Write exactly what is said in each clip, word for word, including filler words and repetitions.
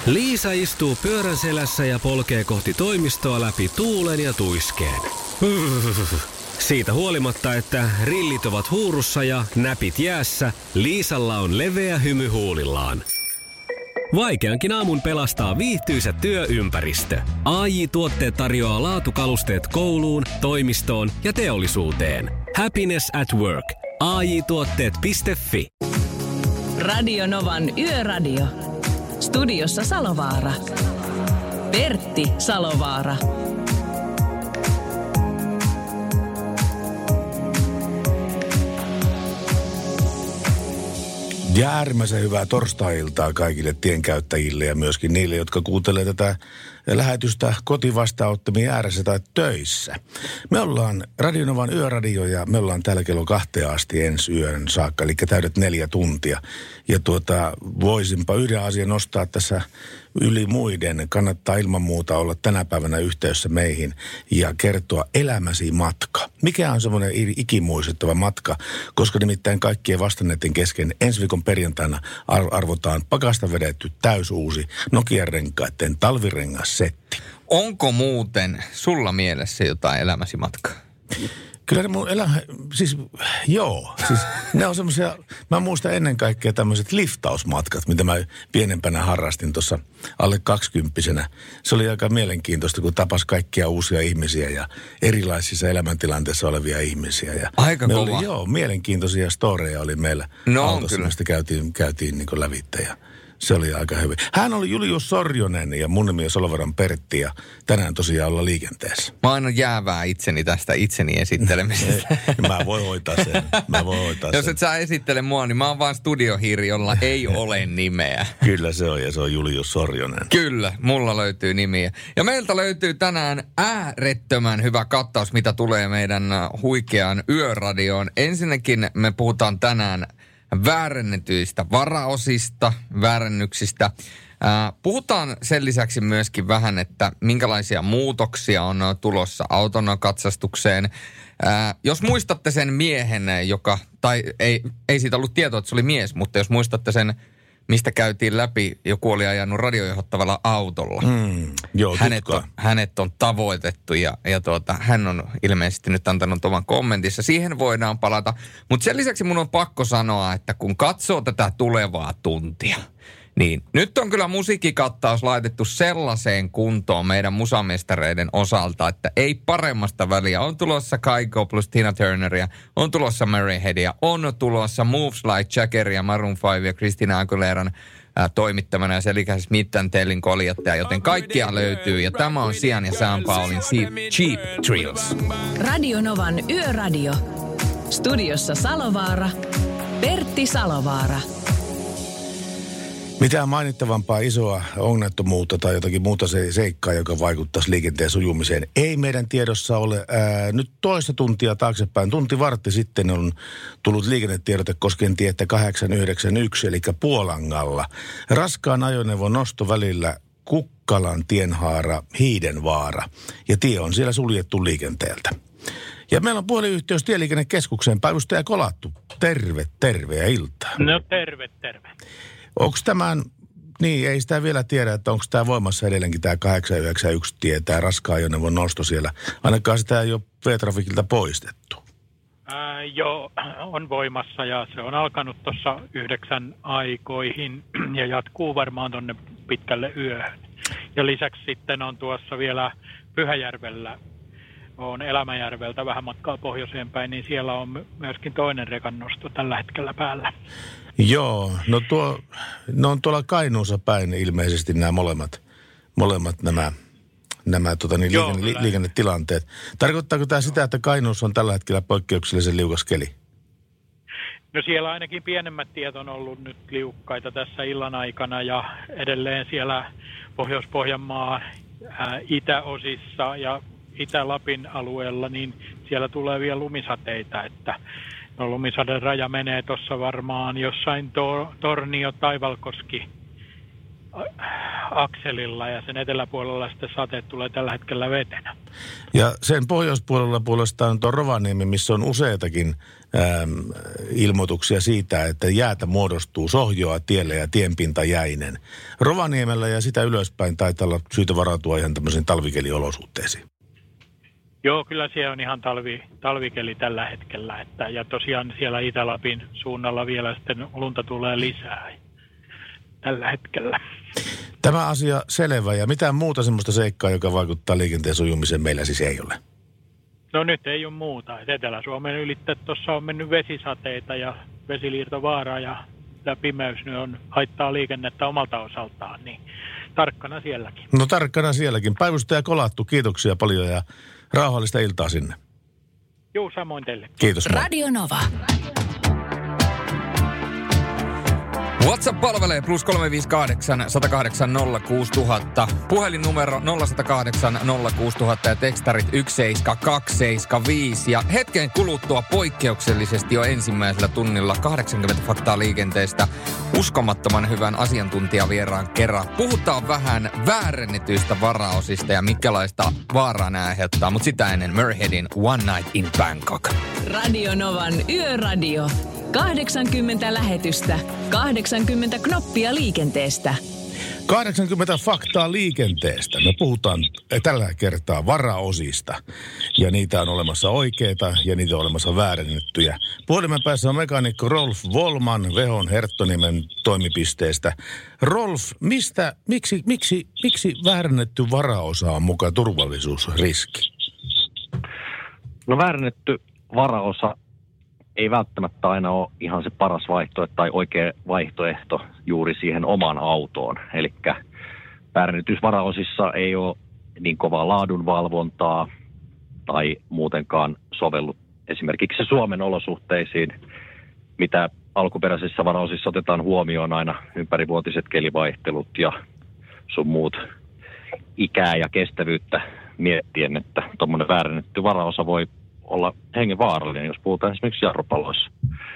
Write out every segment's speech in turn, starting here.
Liisa istuu pyörän selässä ja polkee kohti toimistoa läpi tuulen ja tuiskeen. Siitä huolimatta, että rillit ovat huurussa ja näpit jäässä, Liisalla on leveä hymy huulillaan. Vaikeankin aamun pelastaa viihtyisä työympäristö. A J-tuotteet tarjoaa laatukalusteet kouluun, toimistoon ja teollisuuteen. Happiness at work. A J tuotteet piste fi. Radio Novan Yöradio. Studiossa Salovaara. Pertti Salovaara. Ja äärimmäisen hyvää torstai-iltaa kaikille tienkäyttäjille ja myöskin niille, jotka kuuntelee tätä lähetystä kotivastaanottamien ääressä tai töissä. Me ollaan Radio Novan Yöradio ja me ollaan täällä kello kahteen asti ensi yön saakka, eli täydet neljä tuntia. Ja tuota, voisinpa yhden asian nostaa tässä yli muiden. Kannattaa ilman muuta olla tänä päivänä yhteydessä meihin ja kertoa elämäsi matka. Mikä on semmoinen ikimuistettava matka, koska nimittäin kaikkien vastanneiden kesken ensi viikon perjantaina arvotaan pakasta vedetty täysuusi Nokia-renkaiden talvirengassetti. Onko muuten sulla mielessä jotain elämäsi matkaa? Kyllä ne mun elämä, siis joo, siis ne on semmoisia, mä muistan ennen kaikkea tämmöiset liftausmatkat, mitä mä pienempänä harrastin tuossa alle kaksikymppisenä. Se oli aika mielenkiintoista, kun tapas kaikkia uusia ihmisiä ja erilaisissa elämäntilanteissa olevia ihmisiä. Ja aika kova. Oli, joo, mielenkiintoisia storeja oli meillä no, autossa, mistä käytiin, käytiin niin kuin lävitse ja se oli aika hyvin. Hän oli Julius Sorjonen ja mun nimi on Salovaran Pertti ja tänään tosiaan olla liikenteessä. Mä aina jäävää itseni tästä itseni esittelemisestä. Mä voin hoitaa sen. Mä voin hoitaa Jos sen. et sä esittele mua, niin mä oon vaan studiohiiri, jolla ei ole nimeä. Kyllä se on ja se on Julius Sorjonen. Kyllä, mulla löytyy nimiä. Ja meiltä löytyy tänään äärettömän hyvä kattaus, mitä tulee meidän huikeaan yöradioon. Ensinnäkin me puhutaan tänään väärennetyistä varaosista, väärennyksistä. Äh, puhutaan sen lisäksi myöskin vähän, että minkälaisia muutoksia on tulossa auton katsastukseen. Äh, jos muistatte sen miehen, joka, tai ei, ei siitä ollut tietoa, että se oli mies, mutta jos muistatte sen, mistä käytiin läpi, joku oli ajanut radiojohottavalla autolla. Mm, joo, hänet, on, hänet on tavoitettu ja, ja tuota, hän on ilmeisesti nyt antanut oman kommentissa. Siihen voidaan palata. Mutta sen lisäksi mun on pakko sanoa, että kun katsoo tätä tulevaa tuntia, niin nyt on kyllä musiikkikattaus laitettu sellaiseen kuntoon meidän musamestareiden osalta, että ei paremmasta väliä. On tulossa Kaiko plus Tina Turneria, on tulossa Mary Headia, on tulossa Moves Like Jaggeria, Maroon viisi ja Christina Aguileran ää, toimittamana ja sen lisäksi Smith and Tellin koljattaja, joten kaikkia löytyy. Ja tämä on Sian ja Sam Paulin Cheap Thrills. Radio Novan Yöradio. Studiossa Salovaara. Pertti Salovaara. Mitään mainittavampaa isoa onnettomuutta tai jotakin muuta se seikkaa, joka vaikuttaisi liikenteen sujumiseen, ei meidän tiedossa ole. Ää, nyt toista tuntia taaksepäin, tunti vartti sitten on tullut liikennetiedote koskien tietä kahdeksan yhdeksän yksi, eli Puolangalla. Raskaan ajoneuvon nosto välillä Kukkalan tienhaara Hiidenvaara, ja tie on siellä suljettu liikenteeltä. Ja meillä on puhelinyhteys Tieliikennekeskukseen, päivystäjä Kolattu. Terve, terve ja iltaa. No terve, terve. Onko tämän, niin ei sitä vielä tiedä, että onko tämä voimassa edelleenkin tämä kahdeksan yhdeksän yksi tie, tämä raskaan ajoneuvon nosto siellä. Ainakaan sitä ei ole V-trafikilta poistettu. Ää, joo, on voimassa ja se on alkanut tuossa yhdeksän aikoihin ja jatkuu varmaan tuonne pitkälle yöhön. Ja lisäksi sitten on tuossa vielä Pyhäjärvellä, on Elämäjärveltä vähän matkaa pohjoiseen päin, niin siellä on myöskin toinen rekannosto tällä hetkellä päällä. Joo, no tuo, ne on tuolla Kainuussa päin ilmeisesti nämä molemmat, molemmat nämä, nämä tota, niin Joo, liikenne, li, liikennetilanteet. Tarkoittaako tämä sitä, että Kainuussa on tällä hetkellä poikkeuksellisen liukas keli? No siellä ainakin pienemmät tiet on ollut nyt liukkaita tässä illan aikana ja edelleen siellä Pohjois-Pohjanmaa ää, itäosissa ja Itä-Lapin alueella, niin siellä tulee vielä lumisateita, että no, lumisaden raja menee tuossa varmaan jossain to- Tornio- tai Valkoski akselilla ja sen eteläpuolella sitten sateet tulee tällä hetkellä vetenä. Ja sen pohjoispuolella puolestaan on Rovaniemi, missä on useitakin ähm, ilmoituksia siitä, että jäätä muodostuu sohjoa tielle ja tienpinta jäinen. Rovaniemellä ja sitä ylöspäin taitaa olla syytä varautua ihan tämmöisiin talvikeliolosuhteisiin. Joo, kyllä siellä on ihan talvi, talvikeli tällä hetkellä. Että, ja tosiaan siellä Itä-Lapin suunnalla vielä sitten lunta tulee lisää tällä hetkellä. Tämä asia selvä. Ja mitään muuta semmoista seikkaa, joka vaikuttaa liikenteen sujumiseen, meillä siis ei ole? No nyt ei ole muuta. Etelä-Suomen ylittä tuossa on mennyt vesisateita ja vesiliirtovaara ja tämä pimeys nyt on, haittaa liikennettä omalta osaltaan, niin tarkkana sielläkin. No tarkkana sielläkin. Päivystäjä Kolattu, kiitoksia paljon ja rauhallista iltaa sinne. Joo, samoin teille. Kiitos. Radio Nova. WhatsApp palvelee plus kolme viisi kahdeksan, sata kahdeksan, nolla kuusi tuhatta. Puhelinnumero nolla yksi nolla kahdeksan, nolla kuusi tuhatta ja tekstarit yksi seitsemän kaksi seitsemän viisi. Ja hetken kuluttua poikkeuksellisesti jo ensimmäisellä tunnilla kahdeksankymmentä faktaa liikenteestä uskomattoman hyvän asiantuntijavieraan kerran. Puhutaan vähän väärennetyistä varaosista ja minkälaista vaaraa nämä aiheuttaa, mutta sitä ennen Murheadin One Night in Bangkok. Radio Novan Yöradio. kahdeksankymmentä lähetystä, kahdeksankymmentä knoppia liikenteestä. kahdeksankymmentä faktaa liikenteestä. Me puhutaan tällä kertaa varaosista. Ja niitä on olemassa oikeita ja niitä on olemassa väärennettyjä. Puhelimen päässä on mekaanikko Rolf Wollman Vehon Herttoniemen toimipisteestä. Rolf, mistä, miksi, miksi, miksi väärennetty varaosa on mukaan turvallisuusriski? No väärennetty varaosa ei välttämättä aina ole ihan se paras vaihtoehto tai oikea vaihtoehto juuri siihen omaan autoon. Eli väärennetysvaraosissa ei ole niin kovaa laadunvalvontaa tai muutenkaan sovellu esimerkiksi Suomen olosuhteisiin, mitä alkuperäisissä varaosissa otetaan huomioon aina ympärivuotiset kelivaihtelut ja sun muut ikää ja kestävyyttä miettien, että tuommoinen väärennetty varaosa voi olla hengenvaarallinen, jos puhutaan esimerkiksi jarrupaloissa.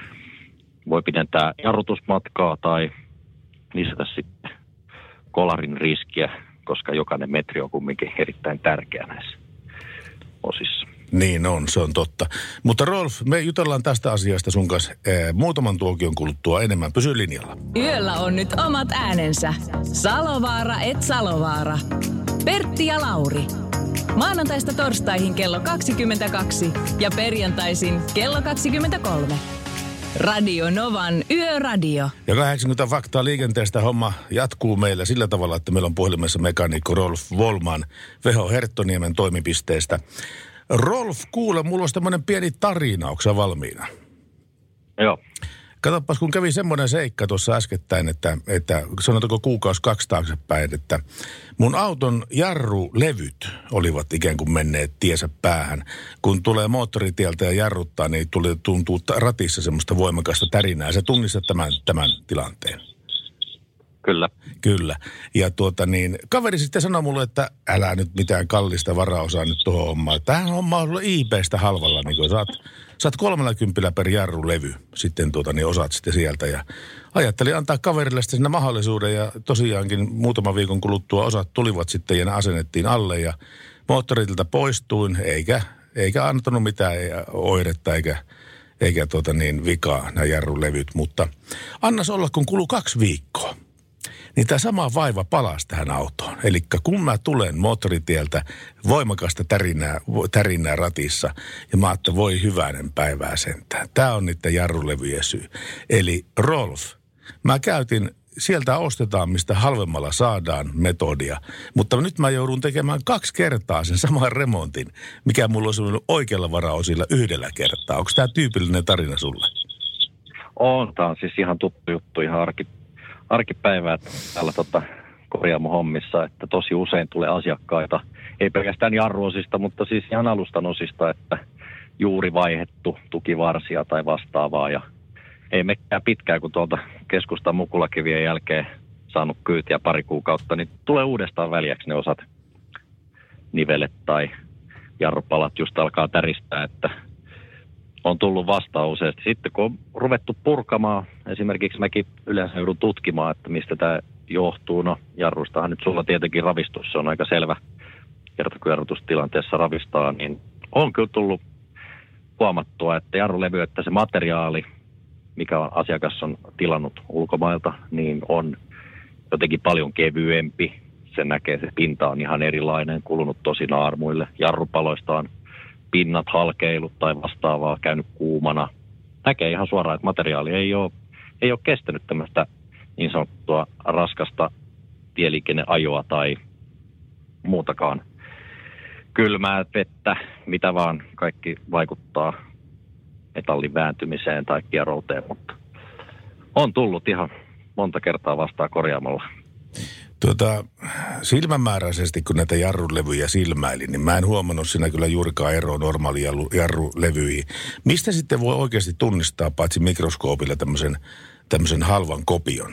Voi pidentää jarrutusmatkaa tai lisätä sitten kolarin riskiä, koska jokainen metri on kumminkin erittäin tärkeä näissä osissa. Niin on, se on totta. Mutta Rolf, me jutellaan tästä asiasta sun kanssa ee, muutaman tuokion kuluttua enemmän. Pysy linjalla. Yöllä on nyt omat äänensä. Salovaara et Salovaara. Pertti ja Lauri. Maanantaista torstaihin kello kaksikymmentäkaksi ja perjantaisin kello kaksikymmentäkolme. Radio Novan Yöradio. Ja kahdeksankymmentä faktaa liikenteestä homma jatkuu meillä sillä tavalla, että meillä on puhelimessa mekaanikko Rolf Wollman Veho Herttoniemen toimipisteestä. Rolf, kuule, mulla on tämmöinen pieni tarina, onko sä valmiina? Joo. Katsopas, kun kävi semmoinen seikka tuossa äskettäin, että, että sanotaanko kuukausi kaksi taaksepäin, että mun auton jarrulevyt olivat ikään kuin menneet tiesä päähän. Kun tulee moottoritieltä ja jarruttaa, niin tuli, tuntuu ratissa semmoista voimakasta tärinää. Sä tunnistat tämän, tämän tilanteen? Kyllä. Kyllä. Ja tuota niin, kaveri sitten sanoi mulle, että älä nyt mitään kallista varaosaa nyt tuohon hommaan. Tähän homma on ollut I B:stä halvalla, niin kun saat, saat kolmellakymmenellä per jarrulevy. Sitten tuota niin osaat sitten sieltä ja ajattelin antaa kaverille sitten sinne mahdollisuuden ja tosiaankin muutaman viikon kuluttua osat tulivat sitten ja ne asennettiin alle ja moottoritilta poistuin eikä, eikä antanut mitään oiretta eikä, eikä tuota niin vikaa nämä jarrulevyt, mutta annas olla kun kului kaksi viikkoa. Niin tämä sama vaiva palasi tähän autoon. Eli kun mä tulen moottoritieltä voimakasta tärinää, tärinää ratissa, ja mä ajattelin, voi hyvänen päivää sentään. Tämä on niiden jarrulevyjen syy. Eli Rolf, mä käytin, sieltä ostetaan mistä halvemmalla saadaan metodia, mutta nyt mä joudun tekemään kaksi kertaa sen saman remontin, mikä mulla olisi ollut oikealla varaosilla yhdellä kertaa. Onko tämä tyypillinen tarina sulle? On, tämä on siis ihan tuttu juttu, ihan arki. arkipäivää täällä tota, korjaamohommissa, että tosi usein tulee asiakkaita, ei pelkästään jarruosista, mutta siis ihan alustan osista, että juuri vaihettu tukivarsia tai vastaavaa. Ja ei mekään pitkään, kun tuolta keskustan mukulakivien jälkeen saanut kyytiä pari kuukautta, niin tulee uudestaan väliäksi ne osat, nivelet tai jarrupalat just alkaa täristää, että on tullut vastaan useasti. Sitten kun on ruvettu purkamaan, esimerkiksi mäkin yleensä joudun tutkimaan, että mistä tämä johtuu? No jarrustahan nyt sulla tietenkin ravistus, se on aika selvä. Kertakyjarrutustilanteessa ravistaa, niin on kyllä tullut huomattua, että jarrulevy, että se materiaali, mikä on, asiakas on tilannut ulkomailta, niin on jotenkin paljon kevyempi. Se näkee, se pinta on ihan erilainen, kulunut tosi naarmuille. Jarrupaloista on pinnat halkeilut tai vastaavaa, käynyt kuumana. Näkee ihan suoraan, että materiaali ei ole, ei ole kestänyt tämmöistä niin sanottua raskasta tieliikenneajoa tai muutakaan kylmää vettä, mitä vaan kaikki vaikuttaa metallin vääntymiseen tai kierouteen, mutta on tullut ihan monta kertaa vastaan korjaamalla. Tuota, silmämääräisesti, kun näitä jarrulevyjä silmäilin, niin mä en huomannut siinä kyllä juurikaan eroa normaali jarrulevyihin. Mistä sitten voi oikeasti tunnistaa, paitsi mikroskoopilla, tämmöisen, tämmöisen halvan kopion?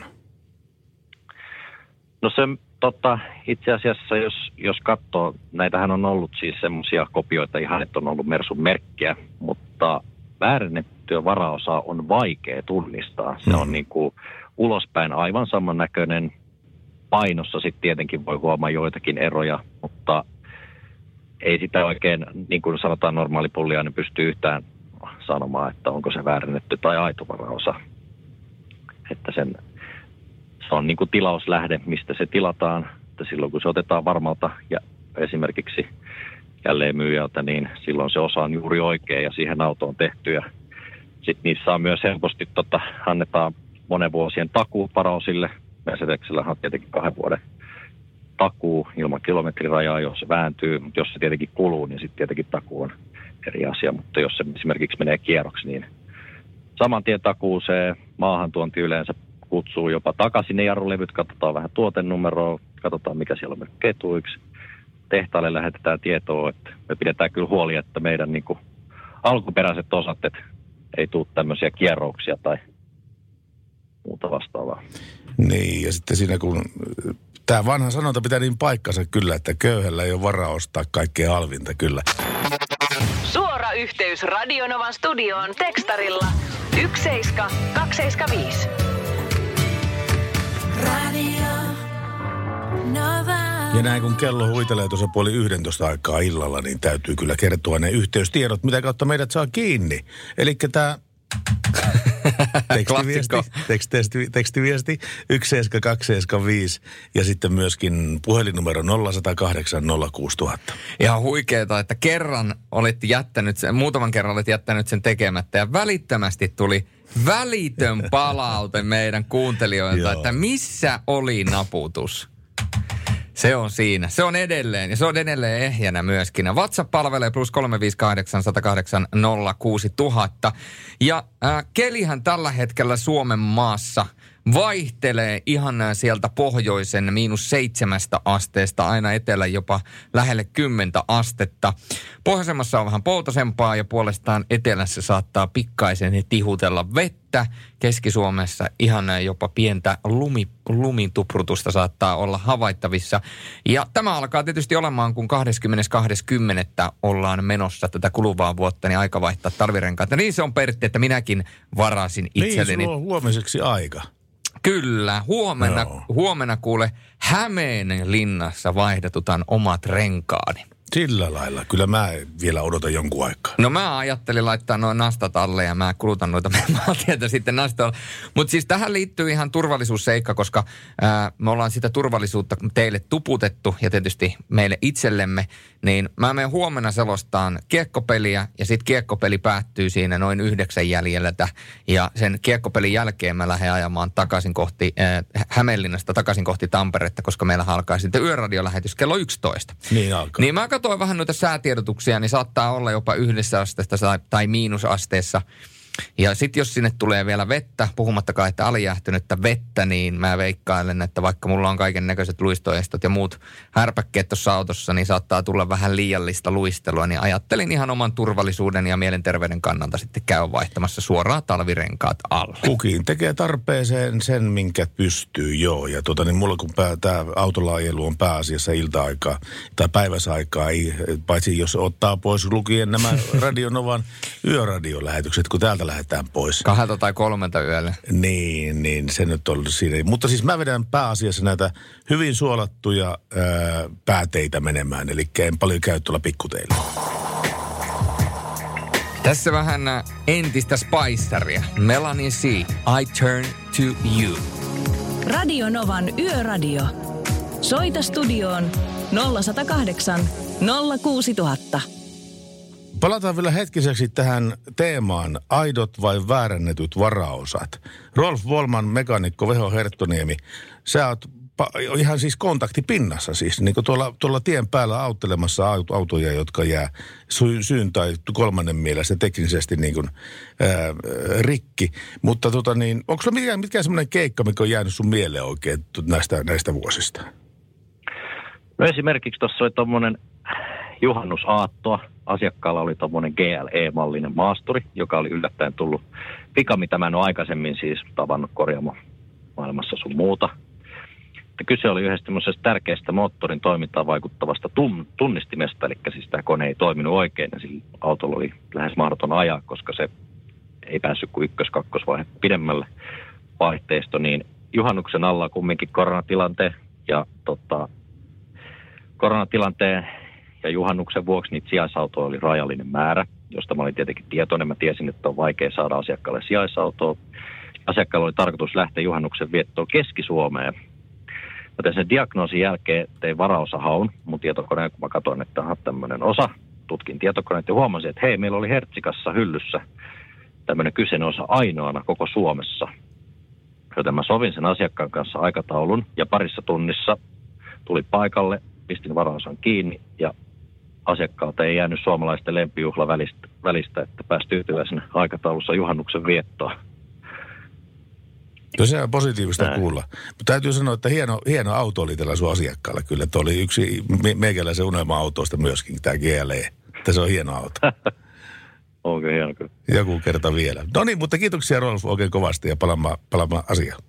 No se tota, itse asiassa, jos, jos katsoo, näitähän on ollut siis semmoisia kopioita ihan, että on ollut Mersun merkkiä, mutta väärennettyä varaosaa on vaikea tunnistaa. Se on niin kuin ulospäin aivan samannäköinen. Painossa sitten tietenkin voi huomaa joitakin eroja, mutta ei sitä oikein, niin kuin sanotaan normaalipullia, niin pystyy yhtään sanomaan, että onko se väärennetty tai aito varaosa. Että sen, se on niin kuin tilauslähde, mistä se tilataan. Että silloin kun se otetaan varmalta ja esimerkiksi jälleen myyjältä, niin silloin se osa on juuri oikea ja siihen autoon tehty. Ja sitten niissä on myös helposti, tota, annetaan monen vuosien takuu varaosille. Mercedeksellähän on tietenkin kahden vuoden takuu ilman kilometrirajaa, jos se vääntyy, mutta jos se tietenkin kuluu, niin sitten tietenkin takuu on eri asia. Mutta jos se esimerkiksi menee kierroksi, niin saman tien takuu se maahantuonti yleensä kutsuu jopa takaisin ne jarrulevyt, katsotaan vähän tuotenumeroa, katsotaan mikä siellä on ketuiksi. Tehtaalle lähetetään tietoa, että me pidetään kyllä huoli, että meidän niin kuin alkuperäiset osat, että ei tule tämmöisiä kierrouksia tai muuta vastaavaa. Niin, ja sitten siinä kun tämä vanha sanonta pitää niin paikkansa kyllä, että köyhällä ei ole varaa ostaa kaikkea halvinta kyllä. Suora yhteys Radionovan studioon tekstarilla yksi seitsemän kaksi seitsemän viisi. Radio Nova. Ja näin kun kello huitelee tuossa puoli yhdentoista aikaa illalla, niin täytyy kyllä kertoa ne yhteystiedot, mitä kautta meidät saa kiinni. Elikkä tämä tekstiviesti, tekstiviesti, tekstiviesti yksi seitsemän kaksi seitsemän viisi ja sitten myöskin puhelinnumero nolla yksi nolla kahdeksan nolla kuusi nolla nolla nolla. Ihan huikeeta, että kerran olit jättänyt sen, muutaman kerran olit jättänyt sen tekemättä ja välittömästi tuli välitön palaute meidän kuuntelijoilta, että missä oli naputus. Se on siinä. Se on edelleen. Ja se on edelleen ehjänä myöskin. WhatsApp palvelee plus kolme viisi kahdeksan yksi nolla kahdeksan nolla kuusi nolla nolla nolla. Ja äh, kelihän tällä hetkellä Suomen maassa vaihtelee ihan sieltä pohjoisen miinus seitsemästä asteesta aina etelä jopa lähelle kymmentä astetta. Pohjoisemmassa on vähän poutasempaa ja puolestaan etelässä saattaa pikkaisen tihutella vettä. Keski-Suomessa ihan jopa pientä lumi, lumituprutusta saattaa olla havaittavissa. Ja tämä alkaa tietysti olemaan, kun kahdeskymmenes kymmenettä ollaan menossa tätä kuluvaa vuotta, niin aika vaihtaa talvirenkaita. Niin se on Pertti, että minäkin varasin itselleni. Niin, sulla on huomiseksi aika. Kyllä, huomenna, no. huomenna kuule Hämeenlinnassa vaihdetutaan omat renkaani. Sillä lailla. Kyllä mä vielä odotan jonkun aikaa. No mä ajattelin laittaa noin nastat alle ja mä kulutan noita maantietä sitten nastalla. Mutta siis tähän liittyy ihan turvallisuusseikka, koska ää, me ollaan sitä turvallisuutta teille tuputettu ja tietysti meille itsellemme. Niin mä menen huomenna selostaan kiekkopeliä ja sitten kiekkopeli päättyy siinä noin yhdeksän jäljeltä. Ja sen kiekkopelin jälkeen mä lähden ajamaan takaisin kohti ää, Hämeenlinnasta takaisin kohti Tamperetta, koska meillä alkaa sitten yöradiolähetys kello yksitoista. Niin alkaa. Niin mä katsoin vähän noita säätiedotuksia, niin saattaa olla jopa yhdessä asteessa tai, tai miinusasteessa. Ja sitten jos sinne tulee vielä vettä, puhumattakaan, että alijäähtynyttä vettä, niin mä veikkailen, että vaikka mulla on kaiken näköiset luistoestot ja muut härpäkkeet tuossa autossa, niin saattaa tulla vähän liiallista luistelua. Niin ajattelin ihan oman turvallisuuden ja mielenterveyden kannalta sitten käy vaihtamassa suoraan talvirenkaat alle. Kukin tekee tarpeeseen sen, minkä pystyy, joo. Ja tota, niin mulla kun tämä autolla-ajelu on pääasiassa ilta-aikaa tai päiväsaikaa, ei, paitsi jos ottaa pois lukien nämä Radionovan yöradiolähetykset, kun täältä illalla lähdetään pois. Kahdelta tai kolmelta yöllä. Niin, niin se nyt on siinä. Mutta siis mä vedän pääasiassa näitä hyvin suolattuja ää, pääteitä menemään, eli en paljon käy tuolla pikkuteillä. Tässä vähän entistä Spiceria. Melanie C. I Turn to You. Radio Novan Yöradio. Soita studioon nolla yksi nolla kahdeksan nolla kuusi nolla nolla nolla. Palataan vielä hetkiseksi tähän teemaan aidot vai väärännetyt varaosat. Rolf Wollman, mekaanikko Veho Herttoniemi, sä oot pa- ihan siis kontaktipinnassa siis, niin kuin tuolla, tuolla tien päällä auttelemassa autoja, jotka jää sy- syyn tai kolmannen mielestä teknisesti niin kuin, ää, rikki. Mutta tota niin, onko sulla mitkään, mitkään semmoinen keikka, mikä on jäänyt sun mieleen oikein näistä, näistä vuosista? No esimerkiksi tuossa oli tommonen juhannusaattoa. Asiakkaalla oli tommonen G L E-mallinen maasturi, joka oli yllättäen tullut pika, mitä mä en ole aikaisemmin siis tavannut korjaamo maailmassa sun muuta. Ja kyse oli yhdestä tämmöisestä tärkeästä moottorin toimintaan vaikuttavasta tun- tunnistimesta, eli siis tämä kone ei toiminut oikein ja sillä autolla oli lähes mahdoton ajaa, koska se ei päässyt kuin ykkös-kakkosvaihe pidemmälle vaihteisto, niin juhannuksen alla kumminkin koronatilanteen ja tota, koronatilanteen ja juhannuksen vuoksi niitä sijaisautoja oli rajallinen määrä, josta mä olin tietenkin tietoinen. Mä tiesin, että on vaikea saada asiakkaalle sijaisautoa. Asiakkaalla oli tarkoitus lähteä juhannuksen viettoon Keski-Suomeen. Joten sen diagnoosin jälkeen tein varaosahaun mun tietokoneen, kun mä katsoin, että on tämmöinen osa. Tutkin tietokoneet ja huomasin, että hei, meillä oli Hertsikassa hyllyssä tämmöinen kyseinen osa ainoana koko Suomessa. Joten mä sovin sen asiakkaan kanssa aikataulun ja parissa tunnissa tuli paikalle, pistin varaosan kiinni ja asiakkaalta ei jäänyt suomalaisten lempijuhla välistä, välistä että pääsi tyytyväisenä aikataulussa juhannuksen viettoon. No se on positiivista Näin. kuulla. Mutta täytyy sanoa, että hieno, hieno auto oli tällä sun asiakkaalla kyllä. Että oli yksi me- meikäläisen unelma-autoista myöskin, tämä G L E. Että se on hieno auto. Onko hieno kyllä. Joku kerta vielä. No niin, mutta kiitoksia Rolf oikein kovasti ja palaamaan, palaamaan asiaan.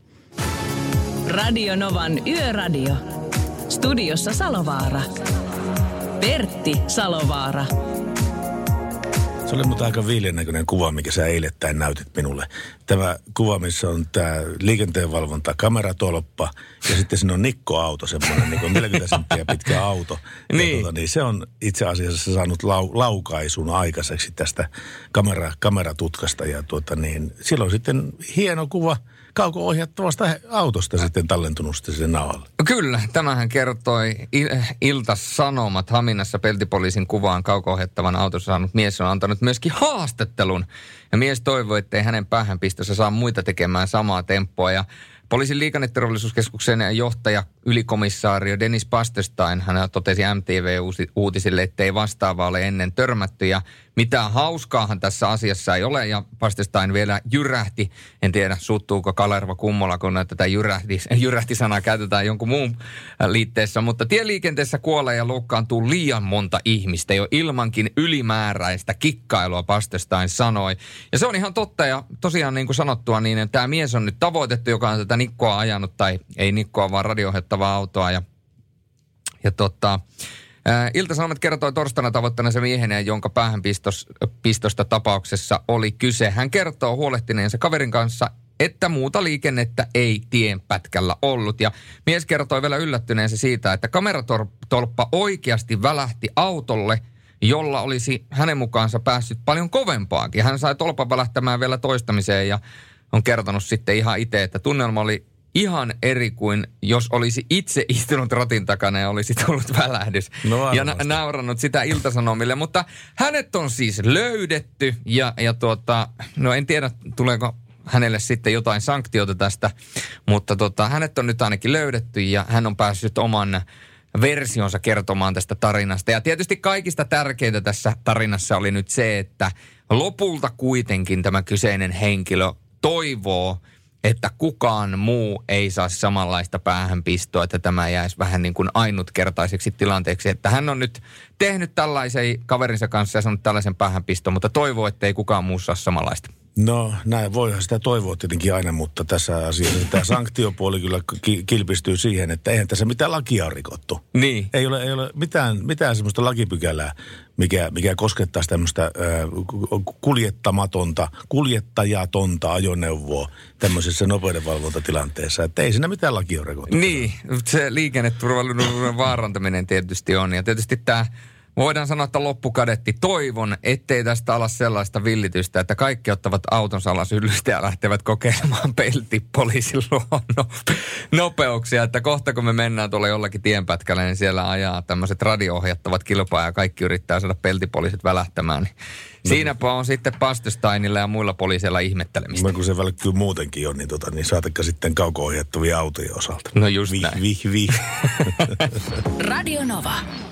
Radio Novan Yöradio. Studiossa Salovaara. Pertti Salovaara. Se oli muuten aika viileänäköinen kuva, mikä sä eilettäin näytit minulle. Tämä kuva, missä on tämä liikenteenvalvonta, kameratolppa ja sitten siinä on Nikko-auto, semmoinen niin kuin neljäkymmentä senttiä pitkä auto. Niin. Ja tuota, niin se on itse asiassa saanut lau, laukaisun aikaiseksi tästä kamera, kameratutkasta. Ja tuota, niin, silloin sitten hieno kuva kauko-ohjattavasta autosta sitten tallentunut sitten sinne nauhalle. Kyllä, tämähän kertoi Il- Ilta-Sanomat Haminassa peltipoliisin kuvaan kauko-ohjattavan auton saanut mies on antanut myöskin haastattelun. Ja mies toivoi, ettei hänen päähänpistossa saa muita tekemään samaa tempoa. Ja poliisin liikenneturvallisuuskeskuksen johtaja, ylikomissaario Dennis Pasterstein, hän totesi M T V-uutisille, ettei vastaavaa ole ennen törmätty. Ja mitään hauskaahan tässä asiassa ei ole. Ja Pasterstein vielä jyrähti, en tiedä suuttuuko Kalerva Kummola, kun tätä jyrähti, jyrähti-sanaa käytetään jonkun muun liitteessä. Mutta tieliikenteessä kuolee ja loukkaantuu liian monta ihmistä jo ilmankin ylimääräistä kikkailua, Pasterstein sanoi. Ja se on ihan totta ja tosiaan niin kuin sanottua, niin tämä mies on nyt tavoitettu, joka on tätä Nikkoa ajanut, tai ei Nikkoa, vaan radio-ohjattavaa autoa. Ja, ja tota, ää, Ilta-Sanomat kertoi torstaina tavoittaneensa miehen, jonka päähänpistosta tapauksessa oli kyse. Hän kertoo huolehtineensa kaverin kanssa, että muuta liikennettä ei tienpätkällä ollut. Ja mies kertoi vielä yllättyneensä siitä, että kameratolppa oikeasti välähti autolle, jolla olisi hänen mukaansa päässyt paljon kovempaakin. Hän sai tolpan välähtämään vielä toistamiseen ja on kertonut sitten ihan itse, että tunnelma oli ihan eri kuin jos olisi itse istunut ratin takana ja olisi tullut välähdys. No ja na- naurannut sitä Ilta-Sanomille. Mutta hänet on siis löydetty ja, ja tuota, no en tiedä tuleeko hänelle sitten jotain sanktiota tästä, mutta tota, hänet on nyt ainakin löydetty ja hän on päässyt oman versionsa kertomaan tästä tarinasta. Ja tietysti kaikista tärkeintä tässä tarinassa oli nyt se, että lopulta kuitenkin tämä kyseinen henkilö toivoo, että kukaan muu ei saa samanlaista päähänpistoa, että tämä jäisi vähän niin kuin ainutkertaiseksi tilanteeksi. Että hän on nyt tehnyt tällaisen kaverinsa kanssa ja saanut tällaisen päähänpiston, mutta toivoo, että ei kukaan muu saa samanlaista. No näin, voihan sitä toivoa tietenkin aina, mutta tässä asiassa tämä sanktiopuoli kyllä ki- kilpistyy siihen, että eihän tässä mitään lakia ole rikottu. Niin. Ei ole, ei ole mitään, mitään semmoista lakipykälää, mikä, mikä koskettaisi tämmöistä äh, kuljettamatonta, kuljettajatonta ajoneuvoa tämmöisessä nopeudenvalvontatilanteessa. Että ei siinä mitään lakia ole rikottu. Niin, se liikenneturvallisuuden vaarantaminen tietysti on. Ja tietysti tämä... Voidaan sanoa, että loppukadetti toivon, ettei tästä ala sellaista villitystä, että kaikki ottavat autonsa alas yllystä ja lähtevät kokeilemaan peltipoliisin luonnon nopeuksia. Että kohta kun me mennään tuolla jollakin tienpätkällä, niin siellä ajaa tämmöiset radio-ohjattavat kilpaa ja kaikki yrittää saada peltipoliisit välähtämään. Niin no. Siinäpä on sitten Pastesteinilla ja muilla poliiseilla ihmettelemistä. No, kun se välkkyy muutenkin jo, niin, tota, niin saatakka sitten kauko-ohjattavia autoja osalta. No just vih, näin. Vih, vih. Radio Nova.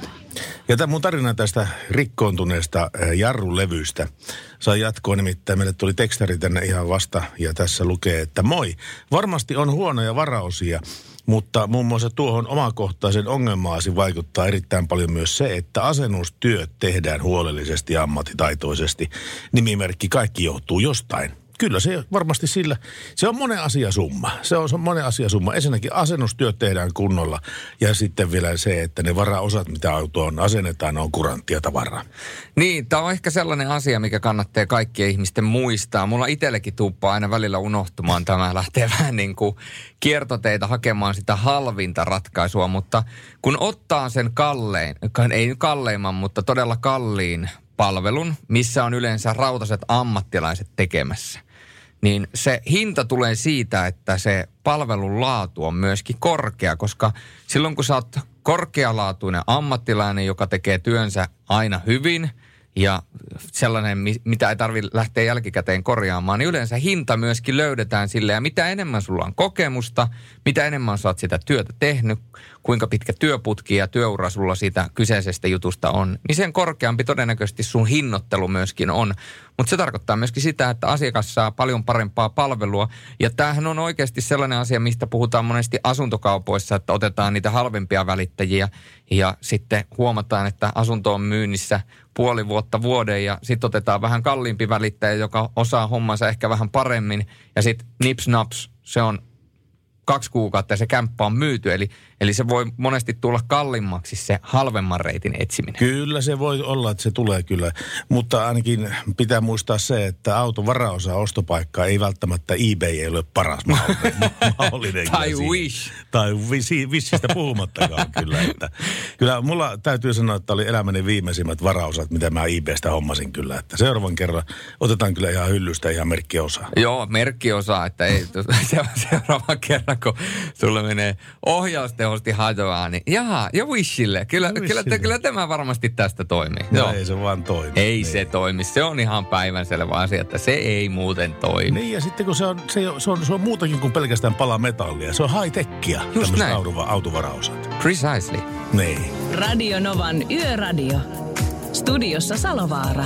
Ja tämä mun tarina tästä rikkoontuneesta jarrulevystä sai jatkoa, nimittäin meille tuli tekstari tänne ihan vasta ja tässä lukee, että moi, varmasti on huonoja varaosia, mutta muun muassa tuohon omakohtaisen ongelmaasi vaikuttaa erittäin paljon myös se, että asennustyöt tehdään huolellisesti ja ammattitaitoisesti. Nimimerkki kaikki johtuu jostain. Kyllä se varmasti sillä, se on monen asia summa. Se on, se on monen asia summa. Ensinnäkin asennustyöt tehdään kunnolla ja sitten vielä se, että ne varaosat, mitä autoon asennetaan, on kuranttia tavaraa. Niin, tämä on ehkä sellainen asia, mikä kannattaa kaikkien ihmisten muistaa. Mulla itsellekin tuppaa aina välillä unohtumaan tämä, lähtee vähän niin kuin kiertoteitä hakemaan sitä halvinta ratkaisua, mutta kun ottaa sen kallein, ei kalleimman, mutta todella kalliin palvelun, missä on yleensä rautaiset ammattilaiset tekemässä, niin se hinta tulee siitä, että se palvelun laatu on myöskin korkea, koska silloin kun sä oot korkealaatuinen ammattilainen, joka tekee työnsä aina hyvin ja sellainen, mitä ei tarvitse lähteä jälkikäteen korjaamaan, niin yleensä hinta myöskin löydetään sille. Ja mitä enemmän sulla on kokemusta, mitä enemmän sä oot sitä työtä tehnyt, kuinka pitkä työputki ja työura sulla siitä kyseisestä jutusta on, niin sen korkeampi todennäköisesti sun hinnoittelu myöskin on. Mutta se tarkoittaa myöskin sitä, että asiakas saa paljon parempaa palvelua. Ja tämähän on oikeasti sellainen asia, mistä puhutaan monesti asuntokaupoissa, että otetaan niitä halvempia välittäjiä ja sitten huomataan, että asunto on myynnissä puoli vuotta vuoden ja sitten otetaan vähän kalliimpi välittäjä, joka osaa hommansa ehkä vähän paremmin ja sitten nips naps, se on kaksi kuukautta ja se kämppä on myyty. Eli, eli se voi monesti tulla kalliimmaksi se halvemman reitin etsiminen. Kyllä se voi olla, että se tulee kyllä. Mutta ainakin pitää muistaa se, että auton varaosa ostopaikka ei välttämättä eBay ei ole paras mahdollinen. mahdollinen tai Wish. Tai Wishistä puhumattakaan kyllä. Että, kyllä mulla täytyy sanoa, että oli elämäni viimeisimmät varaosat, mitä mä eBaystä hommasin kyllä. Että seuraavan kerran otetaan kyllä ihan hyllystä ihan merkkiosaa. Joo, merkkiosaa, että ei seuraavan kerran, kun sulle menee ohjaustehosti hajoaa, niin jaha, jo Wishille. Kyllä, Wishille. Kyllä, kyllä tämä varmasti tästä toimii. No, ei se vaan toimi. Ei niin. se toimi. Se on ihan päivänselvä asia, että se ei muuten toimi. Niin ja sitten kun se on, se on, se on, se on muutakin kuin pelkästään pala metallia. Se on high-techia, tämmöiset autovaraosat. Precisely. Niin. Radio Novan Yöradio. Studiossa Salovaara.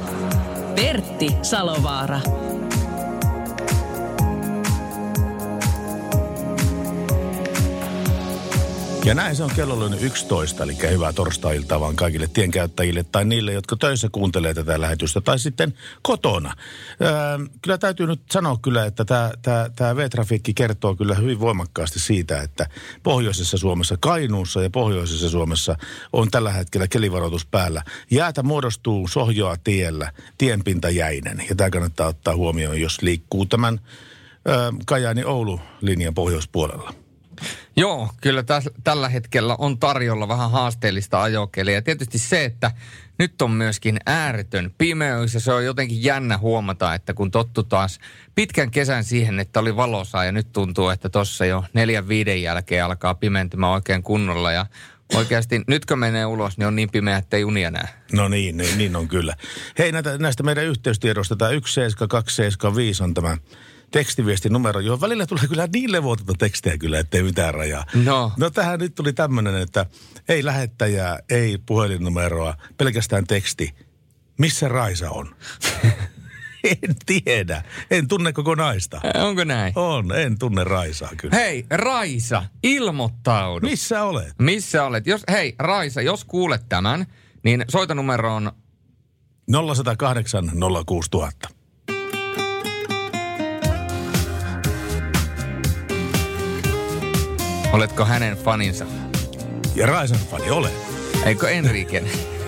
Pertti Salovaara. Ja näin se on kello yksitoista, eli hyvää torstai-iltaa vaan kaikille tienkäyttäjille tai niille, jotka töissä kuuntelee tätä lähetystä tai sitten kotona. Öö, kyllä täytyy nyt sanoa kyllä, että tämä, tämä, tämä V-trafiikki kertoo kyllä hyvin voimakkaasti siitä, että pohjoisessa Suomessa, Kainuussa ja pohjoisessa Suomessa on tällä hetkellä kelivaroitus päällä. Jäätä muodostuu sohjoa tiellä, tienpinta jäinen ja tämä kannattaa ottaa huomioon, jos liikkuu tämän öö, Kajaani-Oulu-linjan pohjoispuolella. Joo, kyllä täs, tällä hetkellä on tarjolla vähän haasteellista ajokelia. Ja tietysti se, että nyt on myöskin ääretön pimeys ja se on jotenkin jännä huomata, että kun tottu taas pitkän kesän siihen, että oli valosaa ja nyt tuntuu, että tuossa jo neljän viiden jälkeen alkaa pimentymään oikein kunnolla ja oikeasti nyt kun menee ulos, niin on niin pimeä, että ei unia näe. No niin, niin, niin on kyllä. Hei, näitä, näistä meidän yhteystiedoista tämä yksi seitsemän kaksi seitsemän viisi on tämä tekstiviestinumero, johon välillä tulee kyllä niin levotonta tekstejä kyllä, ettei mitään rajaa. No. No tähän nyt tuli tämmöinen, että ei lähettäjää, ei puhelinnumeroa, pelkästään teksti. Missä Raisa on? En tiedä. En tunne koko naista. Onko näin? On, en tunne Raisaa kyllä. Hei, Raisa, ilmoittaudu. Missä olet? Missä olet? Jos, hei, Raisa, jos kuulet tämän, niin soita numeroon nolla yksi nolla kahdeksan nolla kuusi nolla nolla Oletko hänen faninsa? Ja Raisan fani olen. Eikö Enriken?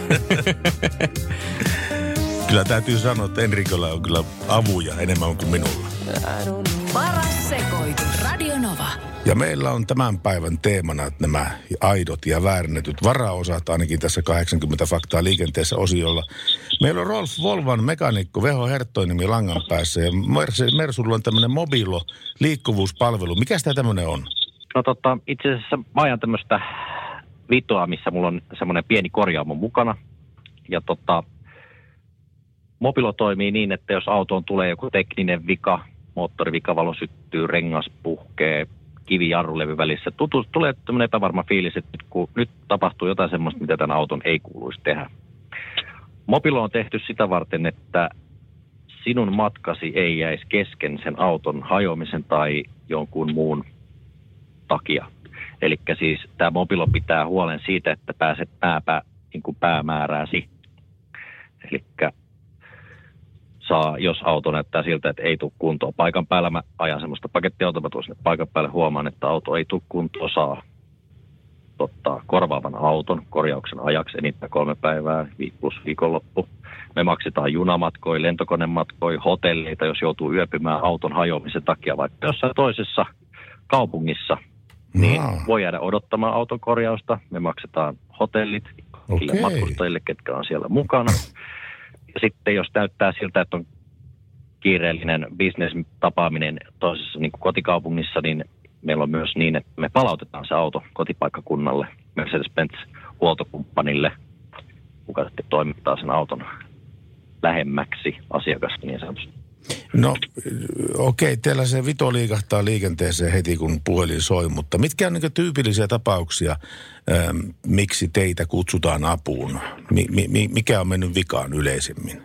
Kyllä täytyy sanoa, että Enrikolla on kyllä avuja enemmän kuin minulla. Paras sekoitus. Radio Nova. Ja meillä on tämän päivän teemana että nämä aidot ja väärennetyt varaosat, ainakin tässä kahdeksankymmentä faktaa liikenteessä osiolla. Meillä on Rolf Volvan mekaanikko Veho Herttoinimi langan päässä ja Mersulla on tämmöinen Mobilo liikkuvuuspalvelu. Mikä sitä tämmöinen on? No tota, itse asiassa mä ajan tämmöistä vitoa, missä mulla on semmoinen pieni korjaamo mukana. Ja tota, Mobilo toimii niin, että jos autoon tulee joku tekninen vika, moottorivika, valo syttyy, rengas puhkee, kivi jarrulevy välissä. Tutu, tulee tämmöinen epävarma fiilis, että nyt, kun nyt tapahtuu jotain semmoista, mitä tämän auton ei kuuluisi tehdä. Mobilo on tehty sitä varten, että sinun matkasi ei jäisi kesken sen auton hajoamisen tai jonkun muun takia. Eli siis tämä Mobilo pitää huolen siitä, että pääset pääpä, niin kuin päämäärääsi. Eli saa, jos auto näyttää siltä, että ei tule kuntoon. Paikan päällä mä ajan semmoista pakettiautoa, mä tuon sinne paikan päälle, huomaan, että auto ei tule kuntoon, saa ottaa korvaavan auton korjauksen ajaksi enintään kolme päivää plus viikonloppu. Me maksetaan junamatkoja, lentokonematkoja, hotelleita, jos joutuu yöpymään auton hajoamisen takia, vaikka jossain toisessa kaupungissa, niin Jaa. voi jäädä odottamaan auton korjausta. Me maksetaan hotellit Okei. matkustajille, ketkä on siellä mukana. Ja sitten jos näyttää siltä, että on kiireellinen business-tapaaminen toisessa niin kuin kotikaupungissa, niin meillä on myös niin, että me palautetaan se auto kotipaikkakunnalle, Mercedes-Benz huoltokumppanille, kuka sitten toimittaa sen auton lähemmäksi asiakasta niin sanotusti. No okei, teillä se vito liikahtaa liikenteeseen heti kun puhelin soi, mutta mitkä on niin tyypillisiä tapauksia, ähm, miksi teitä kutsutaan apuun? Mi- mi- mikä on mennyt vikaan yleisimmin?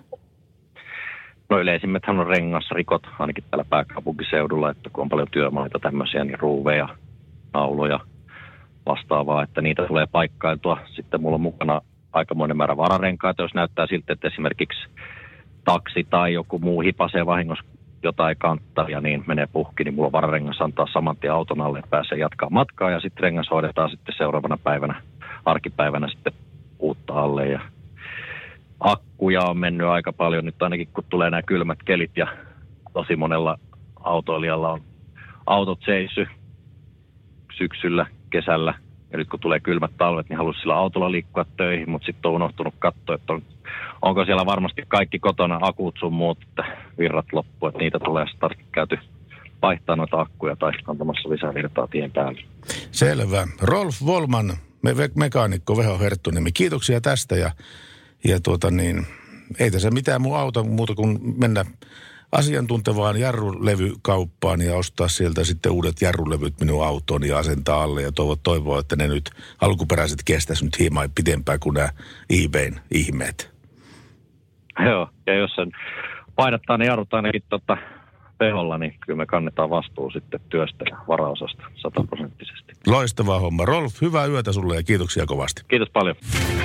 No yleisimmäthän on rengasrikot, ainakin täällä pääkaupunkiseudulla, että kun on paljon työmaita tämmöisiä, niin ruuveja, nauloja, vastaavaa, että niitä tulee paikkailtua. Sitten mulla on mukana aikamoinen määrä vararenkaita, jos näyttää siltä, että esimerkiksi taksi tai joku muu hipasee vahingossa jotain kanttavia, niin menee puhki, niin mulla on vararengas antaa saman tien auton alle, että pääsee jatkaa matkaa ja sitten rengas hoidetaan sitten seuraavana päivänä, arkipäivänä sitten uutta alle ja akkuja on mennyt aika paljon nyt ainakin, kun tulee nämä kylmät kelit ja tosi monella autoilijalla on autot seissy syksyllä, kesällä. Ja nyt kun tulee kylmät talvet, niin haluaisi sillä autolla liikkua töihin, mutta sitten on unohtunut katsoa, että on, onko siellä varmasti kaikki kotona akut sun muut, että virrat loppu, että niitä tulee sitten käyty vaihtaa noita akkuja tai antamassa lisää virtaa tien päälle. Selvä. Rolf Volman, me- mekaanikko Veho Herttonimi, kiitoksia tästä ja Ja tuota niin, ei tässä mitään muu auta muuta kuin mennä asiantuntevaan jarrulevykauppaan ja ostaa sieltä sitten uudet jarrulevyt minun autoon ja asentaa alle ja toivoa, toivoa että ne nyt alkuperäiset kestäisi nyt hieman pitempään kuin nämä eBayn ihmeet. Joo, ja jos sen painattaa ne jarrut ainakin tota peholla, niin kyllä me kannetaan vastuu sitten työstä ja varaosasta sataprosenttisesti. Loistava homma. Rolf, hyvää yötä sulle ja kiitoksia kovasti. Kiitos paljon.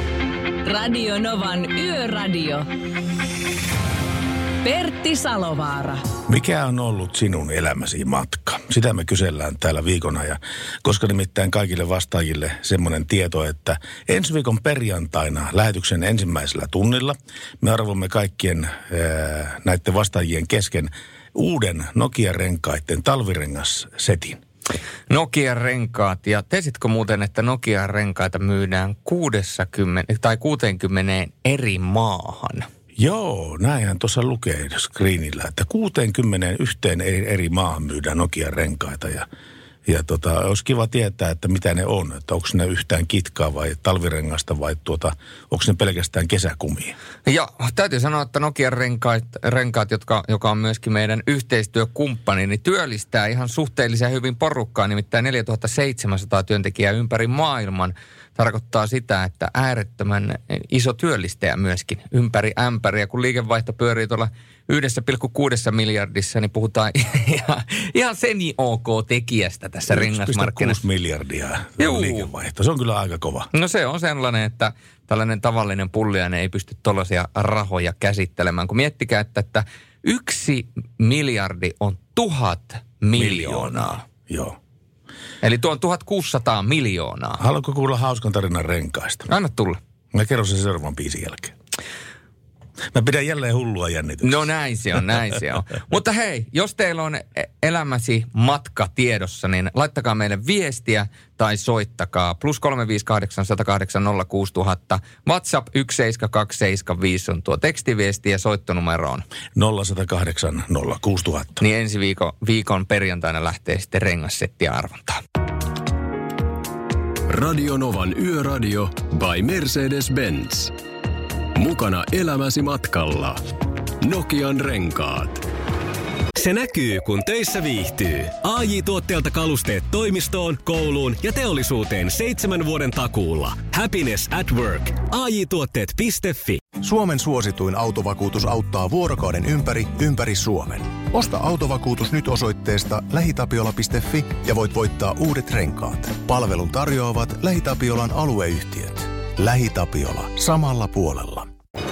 Radio Novan Yöradio. Pertti Salovaara. Mikä on ollut sinun elämäsi matka? Sitä me kysellään täällä viikona, ja koska nimittäin kaikille vastaajille semmoinen tieto, että ensi viikon perjantaina lähetyksen ensimmäisellä tunnilla me arvomme kaikkien ää, näiden vastaajien kesken uuden Nokia-renkaiden talvirengassetin. Nokia-renkaat. Ja tiesitkö muuten, että Nokia-renkaita myydään kuusikymmentä tai kuuteenkymmeneen eri maahan? Joo, näinhän tuossa lukee screenillä, että kuuteenkymmeneenyhteen eri, eri maahan myydään Nokia-renkaita ja, ja tota, olisi kiva tietää, että mitä ne on, että onko ne yhtään kitkaa vai talvirengasta vai tuota, onko ne pelkästään kesäkumia. Ja täytyy sanoa, että Nokia-renkaat, renkaat, jotka, joka on myöskin meidän yhteistyökumppani, niin työllistää ihan suhteellisen hyvin porukkaa, nimittäin neljätuhattaseitsemänsataa työntekijää ympäri maailman. Tarkoittaa sitä, että äärettömän iso työllistäjä myöskin ympäri ämpäriä. Kun liikevaihto pyörii tuolla yksi pilkku kuusi miljardissa, niin puhutaan ihan, ihan semi-ok-tekijästä tässä rengasmarkkinassa. yksi pilkku kuusi miljardia Juu. liikevaihto. Se on kyllä aika kova. No se on sellainen, että tällainen tavallinen pulliainen ei pysty tollaisia rahoja käsittelemään. Kun miettikää, että, että yksi miljardi on tuhat miljoonaa. Joo. Eli tuo on tuhatkuusisataa miljoonaa. Haluatko kuulla hauskan tarinan renkaista? Anna tulla. Mä kerron sen seuraavan biisin jälkeen. Mä pidän jälleen hullua jännitystä. No näin se on, näin se on. Mutta hei, jos teillä on elämäsi matka tiedossa, niin laittakaa meille viestiä tai soittakaa. Plus kolme viisi kahdeksan sata kahdeksan nolla kuusi tuhatta. WhatsApp yksi seitsemän kaksi seitsemän viisi on tuo tekstiviesti ja soittonumero on nolla yksi nolla kahdeksan nolla kuusi tuhatta. Niin ensi viikon, viikon perjantaina lähtee sitten rengassettiä arvontaan. Radio Novan Yöradio by Mercedes-Benz. Mukana elämäsi matkalla. Nokian renkaat. Se näkyy, kun töissä viihtyy. A J-tuotteelta kalusteet toimistoon, kouluun ja teollisuuteen seitsemän vuoden takuulla. Happiness at work. A J tuotteet piste fi. Suomen suosituin autovakuutus auttaa vuorokauden ympäri, ympäri Suomen. Osta autovakuutus nyt osoitteesta lähitapiola piste fi ja voit voittaa uudet renkaat. Palvelun tarjoavat LähiTapiolan alueyhtiöt. LähiTapiola. Samalla puolella.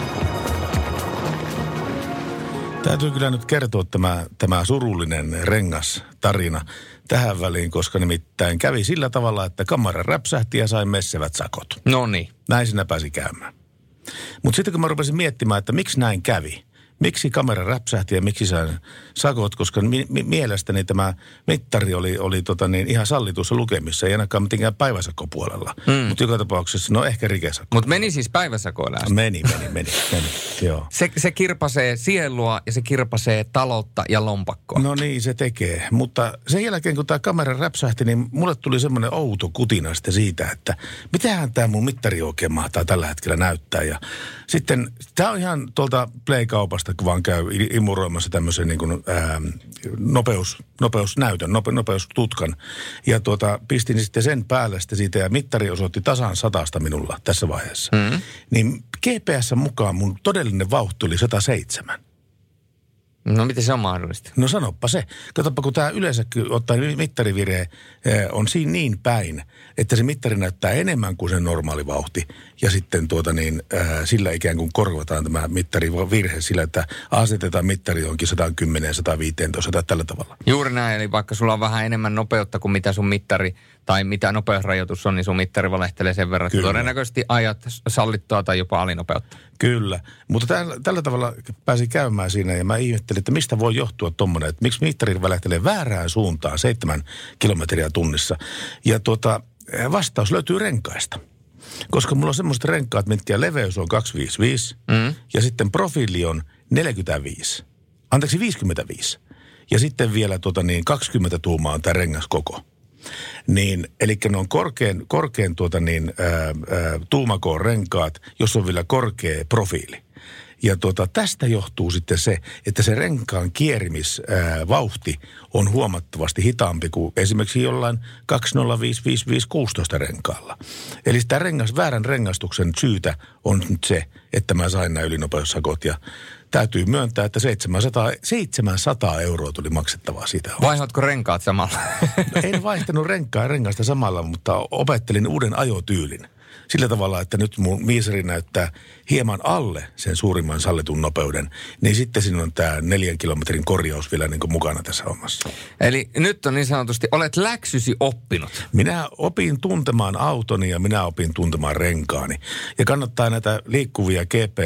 Täytyy kyllä nyt kertoa tämä, tämä surullinen rengastarina tähän väliin, koska nimittäin kävi sillä tavalla, että kamera räpsähti ja sai messevät sakot. No niin. Näin sinä pääsi käymään. Mutta sitten kun mä rupesin miettimään, että miksi näin kävi, miksi kamera räpsähti ja miksi sain sakot, koska mi- mi- mielestäni tämä mittari oli, oli tota niin, ihan sallitussa lukemissa, ei ainakaan mitenkään päiväsakkopuolella. Mm. Mutta joka tapauksessa, no ehkä rikesakko. Mutta meni siis päiväsakoilla äsken. Meni, meni, meni, meni, joo. Se, se kirpasee sielua ja se kirpasee taloutta ja lompakkoa. No niin, se tekee. Mutta sen jälkeen, kun tämä kamera räpsähti, niin mulle tuli semmoinen outo kutina sitten siitä, että mitähän tämä mun mittari oikein mahtaa tällä hetkellä näyttää. Ja sitten, tämä on ihan tuolta Play-kaupasta, kun vaan käy imuroimassa tämmöisen niin kuin, ää, nopeus, nopeusnäytön, nope, nopeustutkan. Ja tuota, pistin sitten sen päälle sitten siitä ja mittari osoitti tasan satasta minulla tässä vaiheessa. Mm. Niin G P S mukaan mun todellinen vauhti oli sata seitsemän. No miten se on mahdollista? No sanoppa se. Katsoppa, kun tämä yleensä ottaen mittarivire on siinä niin päin, että se mittari näyttää enemmän kuin sen normaali vauhti. Ja sitten tuota niin, äh, sillä ikään kuin korvataan tämä mittarivirhe sillä, että asetetaan mittari johonkin sata kymmenen, sata viisitoista tai tällä tavalla. Juuri näin, eli vaikka sulla on vähän enemmän nopeutta kuin mitä sun mittari, tai mitä nopeusrajoitus on, niin sun mittari valehtelee sen verran, että todennäköisesti ajat sallittua tai jopa alinopeutta. Kyllä, mutta tällä, tällä tavalla pääsi käymään siinä ja mä ihmettelin, että mistä voi johtua tommoinen, että miksi mittari välähtelee väärään suuntaan seitsemän kilometriä tunnissa. Ja tuota, vastaus löytyy renkaista, koska mulla on semmoiset renkaat, mitkä leveys on kaksisataaviisikymmentäviisi mm. ja sitten profiili on neljäkymmentäviisi, anteeksi viisikymmentäviisi ja sitten vielä tuota niin kaksikymmentä tuumaa on tämä rengas koko. Niin, eli ne on korkean, korkean tuota niin, ää, ää, tuumakoon renkaat, jos on vielä korkea profiili. Ja tuota, tästä johtuu sitten se, että se renkaan kierimisvauhti on huomattavasti hitaampi kuin esimerkiksi jollain kaksisataaviisi viisi viisi kuusitoista renkaalla. Eli sitä rengas, väärän rengastuksen syytä on nyt se, että mä sain nämä ylinopeussakot ja täytyy myöntää, että seitsemänsataa, seitsemänsataa euroa tuli maksettavaa siitä. Vaihdotko renkaat samalla? No, en vaihtanut renkaa ja rengasta samalla, mutta opettelin uuden ajotyylin. Sillä tavalla, että nyt mun miiseri näyttää hieman alle sen suurimman sallitun nopeuden, niin sitten siinä on tämä neljän kilometrin korjaus vielä niin kuin mukana tässä hommassa. Eli nyt on niin sanotusti, olet läksysi oppinut. Minä opin tuntemaan autoni ja minä opin tuntemaan renkaani. Ja kannattaa näitä liikkuvia G P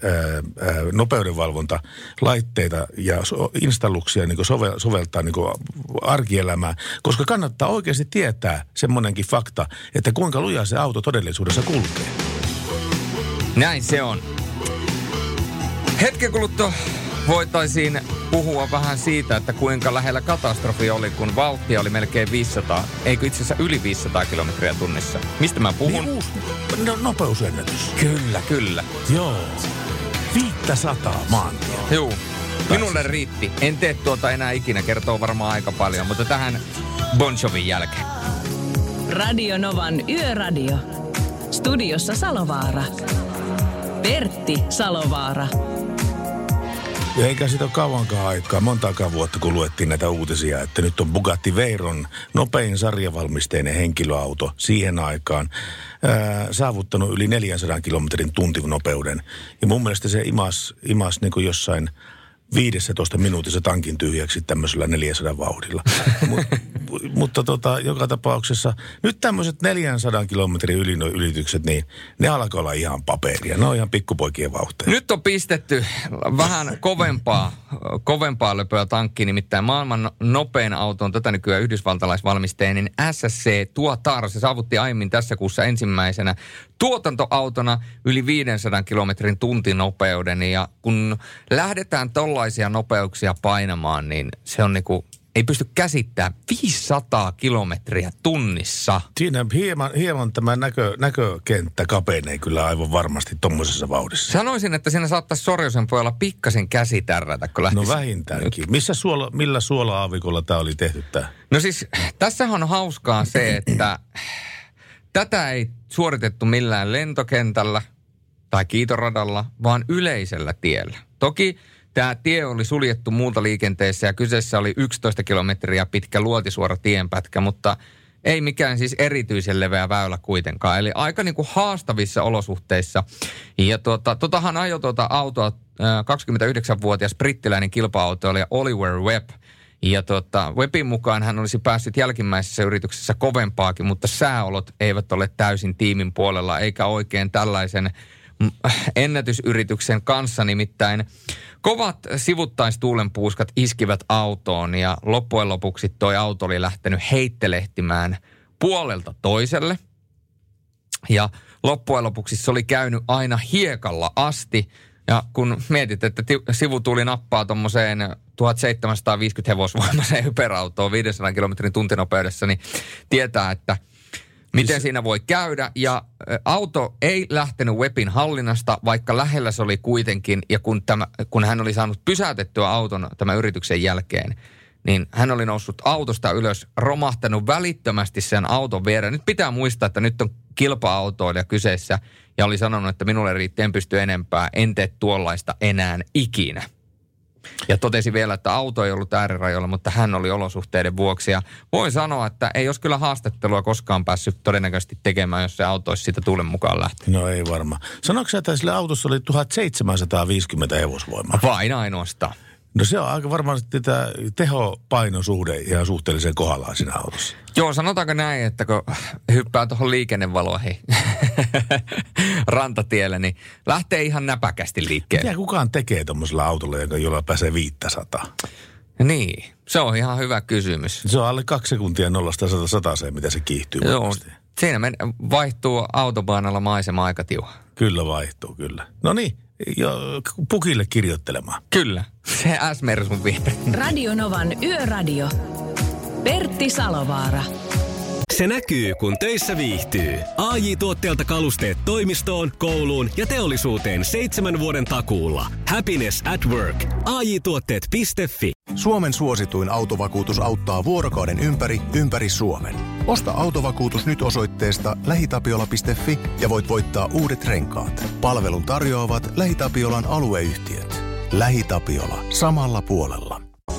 S-nopeudenvalvontalaitteita ja installuksia niin kuin sovel- soveltaa niin kuin arkielämään, koska kannattaa oikeasti tietää semmoinenkin fakta, että kuinka lujaa se auto todellisuudessa kulkee. Näin se on. Hetken kuluttua voitaisiin puhua vähän siitä, että kuinka lähellä katastrofi oli, kun vauhtia oli melkein viisisataa, eikö itse asiassa yli viisisataa kilometriä tunnissa. Mistä mä puhun? Niin uusi no, nopeusennätys. Kyllä, kyllä. Joo. viisisataa maantiellä. Joo. Minulle riitti. En tee tuota enää ikinä, kertoo varmaan aika paljon, mutta tähän Bon Jovin jälkeen. Radio Novan Yöradio. Studiossa Salovaara. Pertti Salovaara. Ja eikä siitä ole kauankaan aikaa, montaakaan vuotta, kun luettiin näitä uutisia, että nyt on Bugatti Veyron nopein sarjavalmisteinen henkilöauto siihen aikaan ää, saavuttanut yli neljänsadan kilometrin tuntinopeuden. Ja mun mielestä se imas, imas niin kuin jossain viidessätoista minuutissa tankin tyhjäksi tämmöisellä neljäsadan vauhdilla. Mut, mutta tota, joka tapauksessa nyt tämmöiset neljänsadan kilometrin ylitykset, niin ne alkaa olla ihan paperia. Ne on ihan pikkupoikien vauhteja. Nyt on pistetty vähän kovempaa, kovempaa löpöä tankkiin, nimittäin maailman nopein auto on tätä nykyään yhdysvaltalaisvalmisteinen S S C Tuatar. Se saavutti aiemmin tässä kuussa ensimmäisenä tuotantoautona yli viidensadan kilometrin tuntinopeuden. Ja kun lähdetään tollaisia nopeuksia painamaan, niin se on niinku, ei pysty käsittämään viisisataa kilometriä tunnissa. Siinä hieman, hieman tämä näkö, näkökenttä kapenee kyllä aivan varmasti tuommoisessa vauhdissa. Sanoisin, että siinä saattaisi Sorjosen pojalla pikkasen käsi tärrätä, kun lähtisi. No vähintäänkin. Missä suola, millä suola-aavikolla tämä oli tehty tämä? No siis, tässähän on hauskaa se, että tätä ei suoritettu millään lentokentällä tai kiitoradalla, vaan yleisellä tiellä. Toki tämä tie oli suljettu muulta liikenteessä ja kyseessä oli yksitoista kilometriä pitkä luotisuora tienpätkä, mutta ei mikään siis erityisen leveä väylä kuitenkaan. Eli aika niin kuin haastavissa olosuhteissa. Ja tuota, totahan ajoi tuota autoa kaksikymmentäyhdeksänvuotias brittiläinen kilpa-autoilija Oliver Webb. Ja tuota, Webbin mukaan hän olisi päässyt jälkimmäisessä yrityksessä kovempaakin, mutta sääolot eivät ole täysin tiimin puolella, eikä oikein tällaisen ennätysyrityksen kanssa, nimittäin kovat sivuttaistuulenpuuskat iskivät autoon ja loppujen lopuksi toi auto oli lähtenyt heittelehtimään puolelta toiselle. Ja loppujen lopuksi se oli käynyt aina hiekalla asti. Ja kun mietit, että sivutuuli nappaa tuommoiseen tuhatseitsemänsataaviisikymmentä hevosvoimaiseen hyperautoon viidensadan kilometrin tuntinopeudessa, niin tietää, että miten siinä voi käydä. Ja auto ei lähtenyt Webbin hallinnasta, vaikka lähellä se oli kuitenkin. Ja kun, tämä, kun hän oli saanut pysäytettyä auton tämän yrityksen jälkeen, niin hän oli noussut autosta ylös, romahtanut välittömästi sen auton viereen. Nyt pitää muistaa, että nyt on kilpa-autoilija kyseessä ja oli sanonut, että minulle riitti, en pysty enempää, en tee tuollaista enää ikinä. Ja totesi vielä, että auto ei ollut äärirajoilla, mutta hän oli olosuhteiden vuoksi. Ja voin sanoa, että ei olisi kyllä haastattelua koskaan päässyt todennäköisesti tekemään, jos se auto olisi siitä tuulen mukaan lähtenyt. No ei varmaan. Sanoitko että sillä autossa oli tuhatseitsemänsataaviisikymmentä hevosvoimaa? Vain ainoastaan. No se on aika varmasti tämä teho-painosuhde ihan suhteellisen kohdallaan siinä autossa. Joo, sanotaanko näin, että kun hyppää tuohon liikennevaloihin rantatielle, niin lähtee ihan näpäkästi liikkeelle. Mitä kukaan tekee tuommoisella autolla, jolla pääsee viisisataa? Niin, se on ihan hyvä kysymys. Se on alle kaksi sekuntia nollasta sataseen, mitä se kiihtyy. Joo, varmasti. Siinä men- vaihtuu autobaanalla maisema aika tiuha. Kyllä vaihtuu, kyllä. No niin. Jo, pukille kirjoittelemaan. Kyllä, se S-Mersun vihreä. Radio Novan Yöradio. Pertti Salovaara. Se näkyy, kun töissä viihtyy. A J-tuotteelta kalusteet toimistoon, kouluun ja teollisuuteen seitsemän vuoden takuulla. Happiness at work. A J tuotteet piste fi. Suomen suosituin autovakuutus auttaa vuorokauden ympäri, ympäri Suomen. Osta autovakuutus nyt osoitteesta lähitapiola piste fi ja voit voittaa uudet renkaat. Palvelun tarjoavat LähiTapiolan alueyhtiöt. LähiTapiola. Samalla puolella.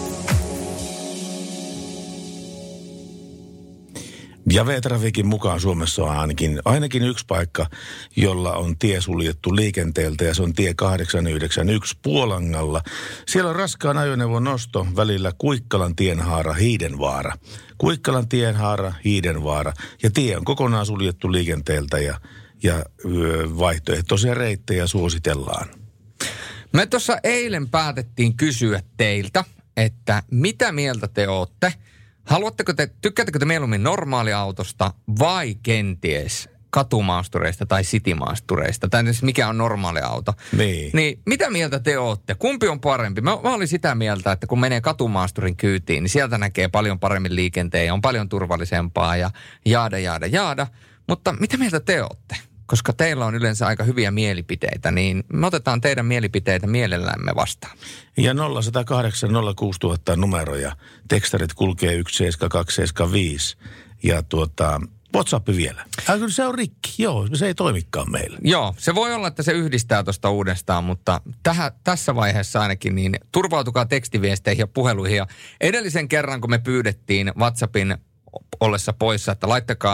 Ja V-trafiikin mukaan Suomessa on ainakin, ainakin yksi paikka, jolla on tie suljettu liikenteeltä ja se on tie kahdeksansataayhdeksänkymmentäyksi Puolangalla. Siellä on raskaan ajoneuvon nosto välillä Kuikkalan tienhaara Hiidenvaara. Kuikkalan tienhaara Hiidenvaara ja tie on kokonaan suljettu liikenteeltä ja, ja vaihtoehtoisia reittejä suositellaan. Me tuossa eilen päätettiin kysyä teiltä, että mitä mieltä te ootte? Haluatteko te, tykkäättekö te mieluummin normaaliautosta vai kenties katumaastureista tai citymaastureista? Tai siis mikä on normaali auto? Niin. Niin mitä mieltä te ootte? Kumpi on parempi? Mä, mä olin sitä mieltä, että kun menee katumaasturin kyytiin, niin sieltä näkee paljon paremmin liikenteen ja on paljon turvallisempaa ja jaada, jaada, jaada. Mutta mitä mieltä te ootte? Koska teillä on yleensä aika hyviä mielipiteitä, niin me otetaan teidän mielipiteitä mielellämme vastaan. Ja nolla yksi nolla kahdeksan nolla kuusi nolla nolla nolla numero ja tekstarit kulkee yksi seitsemän kaksi seitsemän viisi ja tuota, WhatsApp vielä. Äh, kyllä se on rikki, joo, se ei toimikaan meillä. Joo, se voi olla, että se yhdistää tuosta uudestaan, mutta tähän, tässä vaiheessa ainakin niin turvautukaa tekstiviesteihin ja puheluihin. Ja edellisen kerran, kun me pyydettiin WhatsAppin ollessa poissa, että laittakaa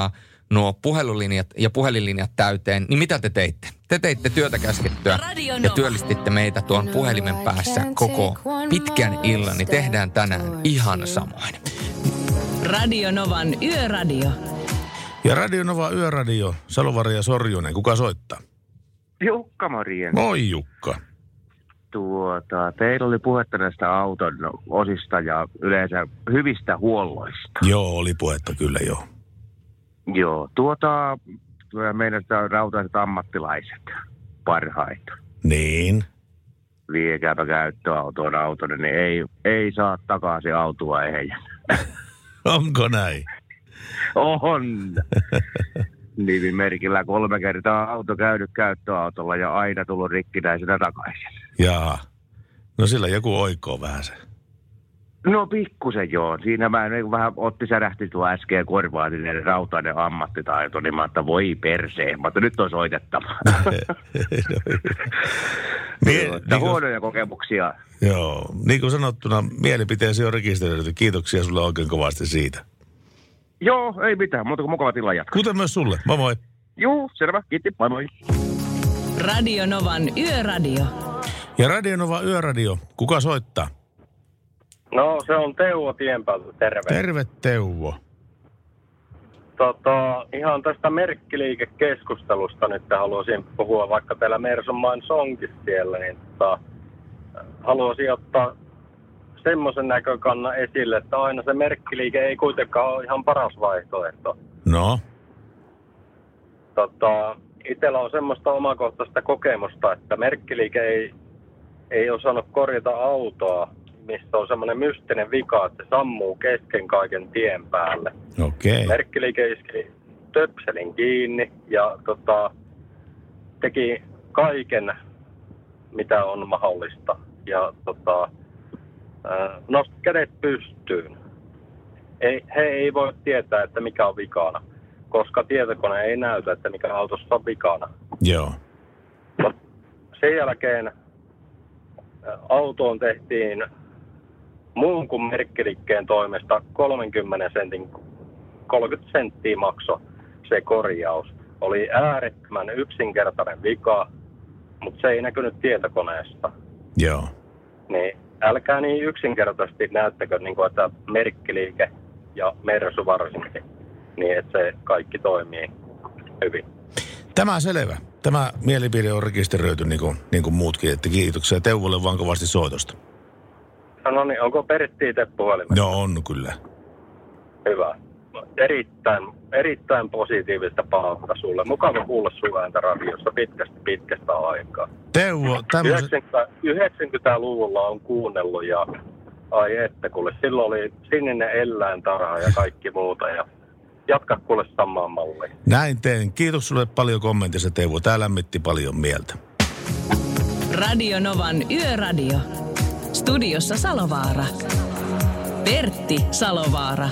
nuo puhelulinjat ja puhelinlinjat täyteen, niin mitä te teitte? Te teitte työtä käskettyä ja työllistitte meitä tuon puhelimen päässä koko pitkän illan, niin tehdään tänään ihan samoin. Radio Novan Yöradio. Ja Radio Nova Yöradio, Salovaara ja Sorjonen. Kuka soittaa? Jukka, morjens. Moi Jukka. Tuota, teillä oli puhetta näistä auton osista ja yleensä hyvistä huolloista. Joo, oli puhetta kyllä, joo. Joo, tuota, meidän rautaiset ammattilaiset parhaita. Niin. Viekääpä käyttöautoon auton, niin ei, ei saa takaisin autoa ehjän. Onko näin? On. Nimimerkillä kolme kertaa auto käynyt käyttöautolla ja aina tullut rikkinäisenä takaisin. Jaa. No sillä joku oikoo vähän se. No pikkusen joo. Siinä mä niin vähän otti särähti tuo äsken korvaa niin rautainen ammattitaito, niin mä että voi perseen. Mutta nyt on soitettava. Mie- joo, niin huonoja kokemuksia. Joo. Niin kuin sanottuna, mielipiteesi on rekisteröity. Kiitoksia sulle oikein kovasti siitä. Joo, ei mitään. Muuta kuin mukava tila jatkaa. Kuten myös sulle. Moi moi. Juu, selvä. Kiitti. Moi moi. Radio Novan Yöradio. Ja Radio Nova Yöradio. Kuka soittaa? No, se on Teuvo Tienpäältä. Terve. Terve Teuvo. Tota, ihan tästä merkkiliikekeskustelusta nyt haluaisin puhua, vaikka teillä Mersun Mainz onkin siellä, niin tota, haluaisin ottaa semmoisen näkökannan esille, että aina se merkkiliike ei kuitenkaan ole ihan paras vaihtoehto. No? Tota, itsellä on semmoista omakohtaista kokemusta, että merkkiliike ei, ei osannut korjata autoa, missä on semmoinen mystinen vika, että se sammuu kesken kaiken tien päälle. Okei. Okay. Merkkiliike iski töpselin kiinni ja tota, teki kaiken, mitä on mahdollista. Ja tota, nosti kädet pystyyn. Ei, he ei voi tietää, että mikä on vikana, koska tietokone ei näytä, että mikä autossa on vikana. Joo. No, sen jälkeen autoon tehtiin muun kuin merkkiliikkeen toimesta kolmenkymmenen sentin, kolmekymmentä senttiä maksoi se korjaus. Oli äärettömän yksinkertainen vika, mutta se ei näkynyt tietokoneesta. Joo. Niin älkää niin yksinkertaisesti näyttäkö, niin kuin, että merkkiliike ja Mersu varsinkin, niin että se kaikki toimii hyvin. Tämä selvä. Tämä mielipide on rekisteröity niin kuin, niin kuin muutkin, että kiitoksia Teuvolle vaan kovasti soitosta. No niin, onko Pertti itse puhelimessa? No on kyllä. Hyvä. Erittäin, erittäin positiivista palautetta sulle. Mukava kuulla sun ääntä radiossa pitkästä pitkästä aikaa. Teuvo, tämmöiset... yhdeksänkymmentäluvulla on kuunnellut ja ai että kuule, silloin oli sininen eläintarha ja kaikki muuta ja jatka kuule samaan malliin. Näin teen. Kiitos sulle paljon kommentissa Teuvo. Tää lämmitti paljon mieltä. Radio Novan Yöradio. Studiossa Salovaara. Pertti Salovaara.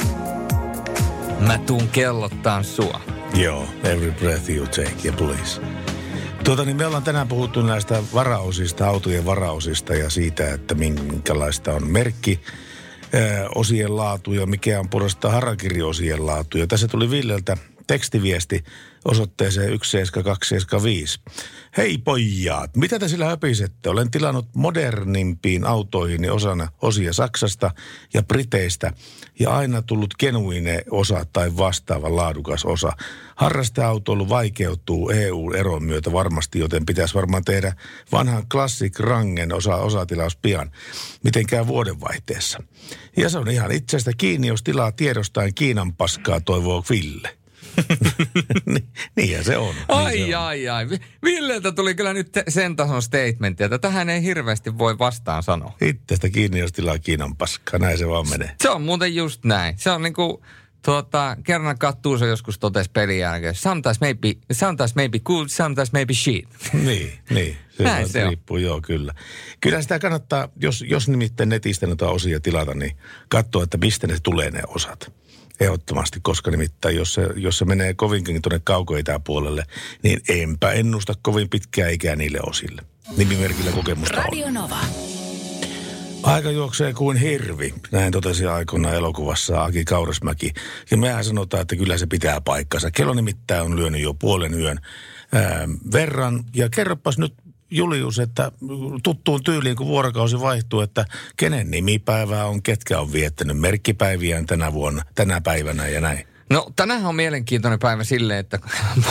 Mä tuun kellottaan sua. Joo, every breath you take, yeah please. Tuota niin me ollaan tänään puhuttu näistä varaosista, autojen varaosista ja siitä, että minkälaista on merkki, ää, osien laatu ja mikä on puolestaan harakiri-osien laatu. Ja tässä tuli Villeltä tekstiviesti osoitteeseen yksi seitsemän kaksi seitsemän viisi. Hei pojat, mitä te sillä höpisette? Olen tilannut modernimpiin autoihin osana osia Saksasta ja Briteistä ja aina tullut genuine osa tai vastaava laadukas osa. Harrasteautoilu vaikeutuu E U-eron myötä varmasti, joten pitäisi varmaan tehdä vanhan Classic Rangen osa, osatilaus pian. Miten käy vuodenvaihteessa? Ja se on ihan itsestä kiinni, jos tilaa tiedostaen Kiinan paskaa, toivoo Ville. Niinhän se on. Ai, niin se on. ai, ai. Villeltä tuli kyllä nyt sen tason statementti, että tähän ei hirveästi voi vastaan sanoa. Itsestä kiinni, jos tilaa Kiinan paskaa. Näin se vaan menee. Se on muuten just näin. Se on niinku, tuota, kerran Kattuuso joskus totesi pelin jälkeen, sometimes maybe, sometimes maybe cool, sometimes maybe shit. Niin, niin. Se, näin se riippuu, on. Joo, kyllä. Kyllä sitä kannattaa, jos, jos nimittäin netistä noita osia tilata, niin katsoa, että mistä ne tulee ne osat. Ehdottomasti, koska nimittäin jos se, jos se menee kovinkin tuonne kauko-itäpuolelle, niin enpä ennusta kovin pitkää ikää niille osille. Nimimerkillä kokemusta Radio on. Nova. Aika juoksee kuin hirvi, näin totesi aikoinaan elokuvassa Aki Kaurismäki. Ja mehän sanotaan, että kyllä se pitää paikkansa. Kello nimittäin on lyönyt jo puolen yön ää, verran. Ja kerropas nyt Julius, että tuttuun tyyliin kun vuorokausi vaihtuu, että kenen nimipäivää on, ketkä on viettänyt merkkipäiviään tänä vuonna, tänä päivänä ja näin. No tänään on mielenkiintoinen päivä silleen, että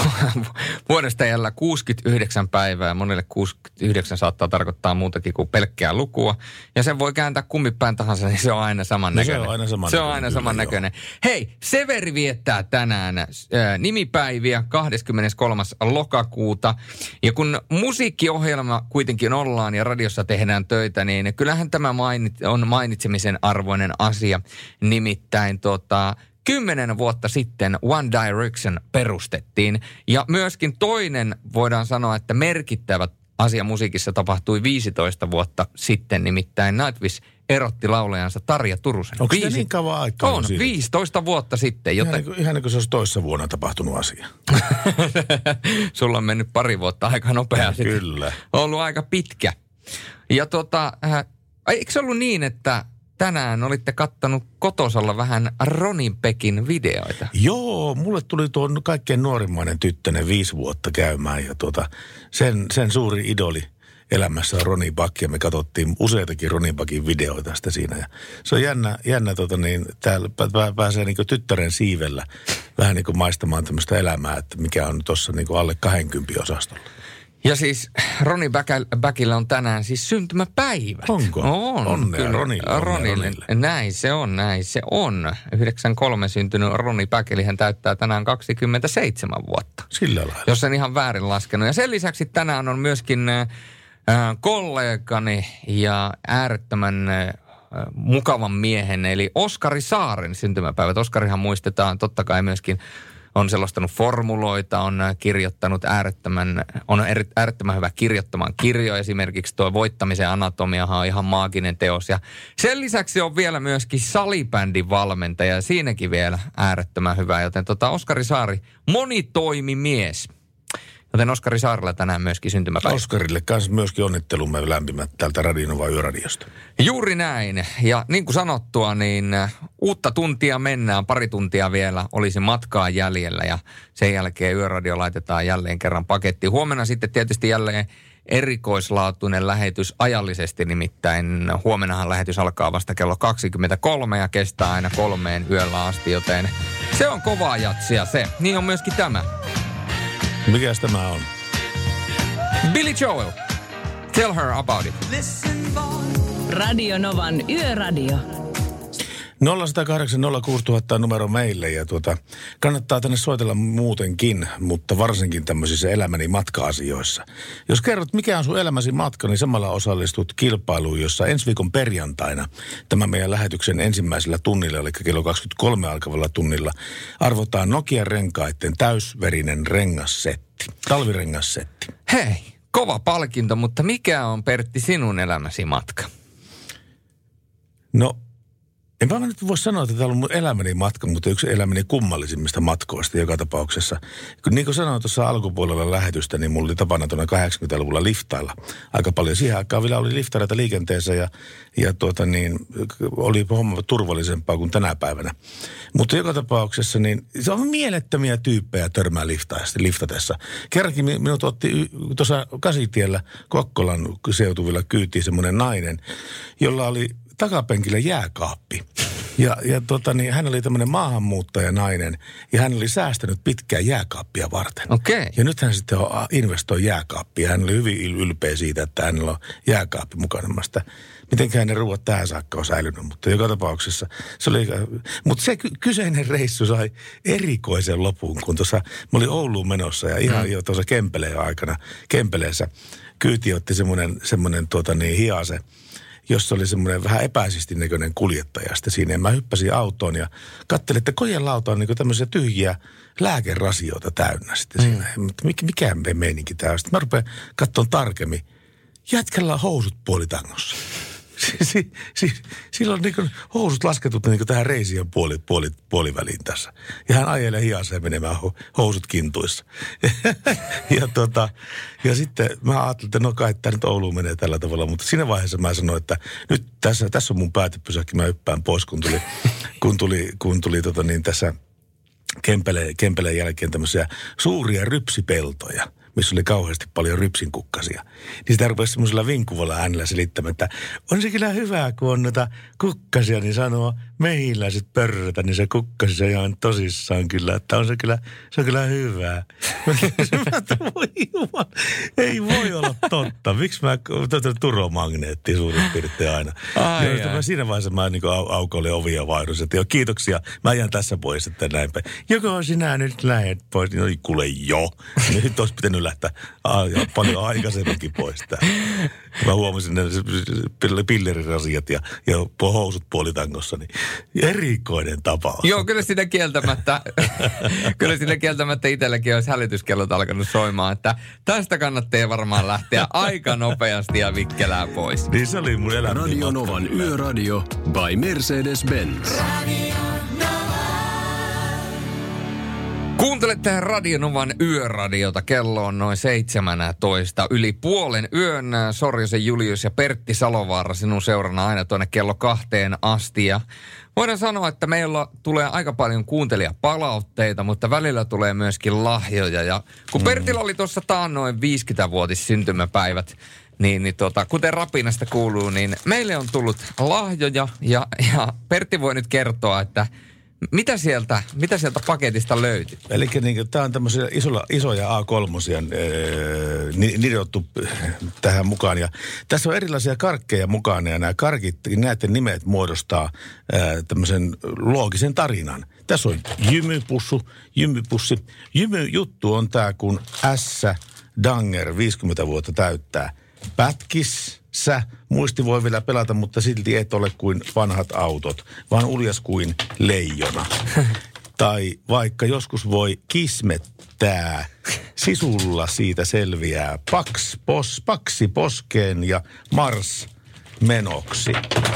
vuodesta jäljellä kuusikymmentäyhdeksän päivää. Monelle kuusikymmentäyhdeksän saattaa tarkoittaa muutakin kuin pelkkää lukua. Ja sen voi kääntää kummipään tahansa, niin se on aina samannäköinen. No se on aina samannäköinen. Se on aina samannäköinen. Hei, Severi viettää tänään äh, nimipäiviä kahdeskymmeneskolmas lokakuuta. Ja kun musiikkiohjelma kuitenkin ollaan ja radiossa tehdään töitä, niin kyllähän tämä mainit, on mainitsemisen arvoinen asia. Nimittäin tota... Kymmenen vuotta sitten One Direction perustettiin ja myöskin toinen voidaan sanoa, että merkittävä asia musiikissa tapahtui viisitoista vuotta sitten, nimittäin Nightwish erotti laulajansa Tarja Turusen. Onko Viisi... se niin kauan aikaa? On, viisitoista vuotta sitten. Joten... Ihan, niin kuin, ihan niin kuin se olisi toissa vuonna tapahtunut asia. Sulla on mennyt pari vuotta aika nopeasti. Kyllä. On ollut aika pitkä. Ja tota, äh, eikö se ollut niin, että tänään olitte kattanut kotosalla vähän Ronin Peckin videoita? Joo, mulle tuli tuon kaikkein nuorimmainen tyttönen viisi vuotta käymään ja tuota, sen, sen suuri idoli elämässä on Ronnie Buck ja me katsottiin useitakin Ronnie Buckin videoita sitä siinä. Ja se on jännä, jännä tota niin, täällä pääsee niin kuin tyttären siivellä vähän niin kuin maistamaan tämmöistä elämää, että mikä on tuossa niin kuin alle kaksikymmentä osastolla. Ja siis Ronnie Backillä on tänään siis syntymäpäivä. Onko? On. Onnea kyllä. Ronille. Onnea Ronille. Ronille. Näin se on, näin se on. yhdeksänkymmentäkolme syntynyt Ronnie Back, eli hän täyttää tänään kaksikymmentäseitsemän vuotta. Sillä lailla. Jos en ihan väärin laskenut. Ja sen lisäksi tänään on myöskin äh, kollegani ja äärettömän äh, mukavan miehen, eli Oskari Saaren syntymäpäivät. Oskarihan muistetaan totta kai myöskin. On selostanut formuloita, on kirjoittanut äärettömän, on äärettömän hyvä kirjoittamaan kirjoja. Esimerkiksi tuo Voittamisen anatomiahan on ihan maaginen teos. Ja sen lisäksi on vielä myöskin salibändin valmentaja ja siinäkin vielä äärettömän hyvä. Joten tota Oskari Saari, monitoimimies. Joten Oskari Saarella tänään myöskin syntymäpäivä. Oskarille kanssa myöskin onnittelumme lämpimät täältä Radio Nova Yöradiosta. Juuri näin. Ja niin kuin sanottua, niin uutta tuntia mennään, pari tuntia vielä olisi matkaa jäljellä ja sen jälkeen Yöradio laitetaan jälleen kerran pakettiin. Huomenna sitten tietysti jälleen erikoislaatuinen lähetys ajallisesti, nimittäin huomennahan lähetys alkaa vasta kello kaksikymmentäkolme ja kestää aina kolmeen yöllä asti, joten se on kovaa jatsia se. Niin on myöskin tämä. Mikäs tämä on? Billy Joel. Tell her about it. Radio Novan Yöradio. nolla yksi nolla kahdeksan nolla kuusi nolla nolla numero meille ja tuota, kannattaa tänne soitella muutenkin, mutta varsinkin tämmöisissä elämäni matka-asioissa. Jos kerrot, mikä on sun elämäsi matka, niin samalla osallistut kilpailuun, jossa ensi viikon perjantaina tämä meidän lähetyksen ensimmäisellä tunnilla, eli kello kaksikymmentäkolme alkavalla tunnilla, arvotaan Nokian renkaiden täysverinen rengassetti, talvirengassetti. Hei, kova palkinto, mutta mikä on Pertti sinun elämäsi matka? No, en mä nyt voi sanoa, että tämä on mun elämäni matka, mutta yksi elämäni kummallisimmista matkoista joka tapauksessa. Kun niin kuin sanoin tuossa alkupuolella lähetystä, niin mulla oli tapana tuonne kahdeksankymmentäluvulla liftailla aika paljon. Siihen aikaan vielä oli liftareita liikenteessä ja, ja tuota niin, oli homma turvallisempaa kuin tänä päivänä. Mutta joka tapauksessa niin se on mielettömiä tyyppejä törmää liftatessa. Kerrankin minut otti tuossa Kasitiellä Kokkolan seutuvilla kyytiin semmoinen nainen, jolla oli takapenkillä jääkaappi. Ja, ja tota, niin, hän oli tämmöinen maahanmuuttajanainen ja hän oli säästänyt pitkää jääkaappia varten. Okay. Ja nyt hän sitten investoi jääkaappiin. Hän oli hyvin ylpeä siitä, että hänellä on jääkaappi mukana. Mitenkään ne ruuat tähän saakka on säilynyt, mutta joka tapauksessa se oli. Mutta se ky- kyseinen reissu sai erikoisen lopun, kun tuossa, mä olin Ouluun menossa ja ihan mm. jo tuossa Kempeleen aikana, Kempeleessä kyyti otti semmoinen, semmoinen tuota niin hiase, jossa oli semmoinen vähän epäisistin näköinen kuljettaja sitten siinä. Ja mä hyppäsin autoon ja katselin, että kojelauta on niin kuin tämmöisiä tyhjiä lääkerasioita täynnä sitten mm. siinä. Mutta mikä meininki tämä on? Sitten mä rupean katsomaan tarkemmin. Jätkällä on housut puolitangossa. si, si, silloin niin kuin housut lasketut niin kuin tähän reisien puoli, puoli, puoliväliin tässä. Ja hän ajelee hiaseen menemään housut kintuissa. ja, tota, ja sitten mä ajattelin, että no kai tämä nyt Ouluun menee tällä tavalla. Mutta siinä vaiheessa mä sanoin, että nyt tässä, tässä on mun päätepysäkki, mä hyppään pois, kun tuli, kun tuli, kun tuli tota niin tässä Kempeleen, Kempeleen jälkeen tämmöisiä suuria rypsipeltoja, missä oli kauheasti paljon rypsinkukkasia. Niin sitä rupesi semmoisella vinkuvalla äänellä selittämään, että on se kyllä hyvä, kun on noita kukkasia, niin sanoo mehiläiset pörrötä, niin se kukkasi se ihan tosissaan kyllä, että on se kyllä, se on kyllä hyvää. Voi juman, ei voi olla totta. Miksi mä turomagneetti suurin piirtein aina. Ai ja siinä vaiheessa mä niin au, aukoilin ovia vaihdossa, että jo kiitoksia, mä jään tässä pois, että näin päin. Joko sinä nyt lähet pois, niin no, kuule jo. Nyt olisi pitänyt lähteä paljon aikaisemminkin pois tää. Mä huomasin ne pilleriraziat ja, ja housut puolitangossa, niin erikoinen tapaus. Joo, kyllä sitä kieltämättä, kyllä sitä kieltämättä itselläkin olisi hälytyskellot alkanut soimaan, että tästä kannattaa varmaan lähteä aika nopeasti ja vikkelää pois. Niin se oli mun elämä. Radio Novan Yöradio by Mercedes-Benz. Kuuntelette Radio Novan Yöradiota. Kello on noin seitsemäntoista. Yli puolen yön Sorjosen Julius ja Pertti Salovaara sinun seurana aina tuonne kello kahteen asti. Ja voidaan sanoa, että meillä tulee aika paljon kuuntelijapalautteita, mutta välillä tulee myöskin lahjoja. Ja kun Pertillä oli tuossa taannoin viisikymmenvuotis syntymäpäivät, niin, niin tota, kuten rapinasta kuuluu, niin meille on tullut lahjoja. Ja, ja Pertti voi nyt kertoa, että Mitä sieltä, mitä sieltä paketista löytyy? Eli niin, tämä on tämmöisiä isolla, isoja A kolme nidottu tähän mukaan. Ja tässä on erilaisia karkkeja mukana ja nämä karkit, näiden nimet muodostaa ää, tämmöisen loogisen tarinan. Tässä on jymypussu, jymypussi. Jymyjuttu on tämä, kun ässä Danger viisikymmentä vuotta täyttää. Pätkis. Sä muisti voi vielä pelata, mutta silti et ole kuin vanhat autot, vaan uljas kuin leijona. Tai vaikka joskus voi kismettää, sisulla siitä selviää paks, pos, paksi poskeen ja mars menoksi.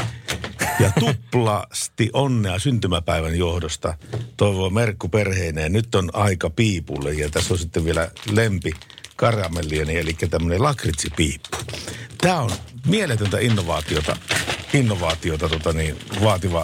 Ja tuplasti onnea syntymäpäivän johdosta toivoo Merkku perheineen. Nyt on aika piipulle ja tässä on sitten vielä lempi karamellieni, eli tämmöinen lakritsipiippu. Tämä on mieletöntä innovaatiota, innovaatiota tota niin, vaativa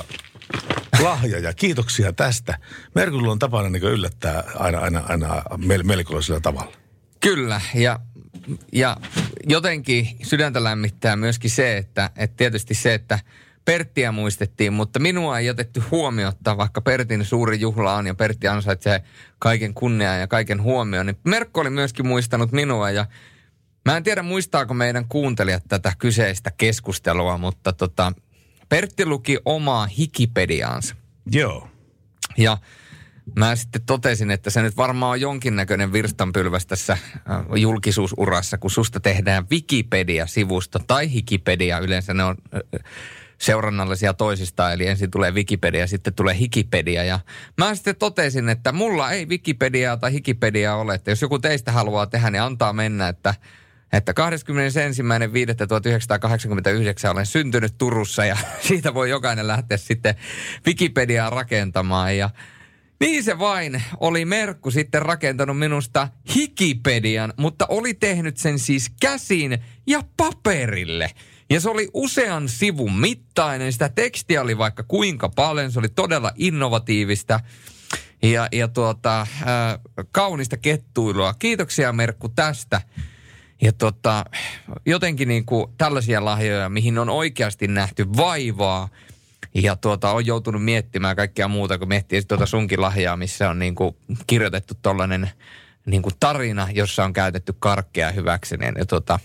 lahja ja kiitoksia tästä. Merkulla on tapana niin yllättää aina, aina, aina melkoisella tavalla. Kyllä, ja, ja jotenkin sydäntä lämmittää myöskin se, että, että tietysti se, että Perttiä muistettiin, mutta minua ei jätetty huomiota, vaikka Pertin suuri juhla on ja Pertti ansaitsee kaiken kunniaa ja kaiken huomioon, niin Merkku oli myöskin muistanut minua ja mä en tiedä muistaako meidän kuuntelijat tätä kyseistä keskustelua, mutta tota, Pertti luki omaa Hikipediaansa. Joo. Ja mä sitten totesin, että se nyt varmaan on jonkinnäköinen virstanpylväs tässä julkisuusurassa, kun susta tehdään Wikipedia-sivusto tai Hikipedia, yleensä ne on seurannallisia toisistaan, eli ensin tulee Wikipedia, sitten tulee Hikipedia. Ja mä sitten totesin, että mulla ei Wikipediaa tai Hikipediaa ole, että jos joku teistä haluaa tehdä, niin antaa mennä, että, että kahdeskymmenesensimmäinen viidettä tuhatyhdeksänsataakahdeksankymmentäyhdeksän olen syntynyt Turussa ja siitä voi jokainen lähteä sitten Wikipediaa rakentamaan. Ja niin se vain oli Merkku sitten rakentanut minusta Hikipedian, mutta oli tehnyt sen siis käsin ja paperille. Ja se oli usean sivun mittainen, sitä tekstiä oli vaikka kuinka paljon, se oli todella innovatiivista ja, ja tuota, äh, kaunista kettuilua. Kiitoksia Merkku tästä. Ja tota, jotenkin niin kuin tällaisia lahjoja, mihin on oikeasti nähty vaivaa ja tuota, on joutunut miettimään kaikkea muuta, kun miettii tuota sunkin lahjaa, missä on niin kuin kirjoitettu tollainen niin kuin tarina, jossa on käytetty karkkeja hyväksineen ja tuota,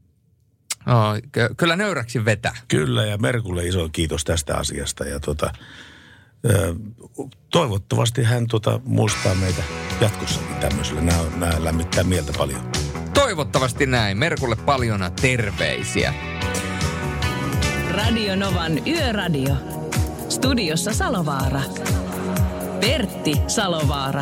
Oh, kyllä nöyräksi vetää. Kyllä, ja Merkulle iso kiitos tästä asiasta. Ja tota, toivottavasti hän tota, muistaa meitä jatkossakin tämmöisellä. Nämä, nämä lämmittää mieltä paljon. Toivottavasti näin. Merkulle paljon terveisiä. Radio Novan Yöradio. Studiossa Salovaara. Pertti Salovaara.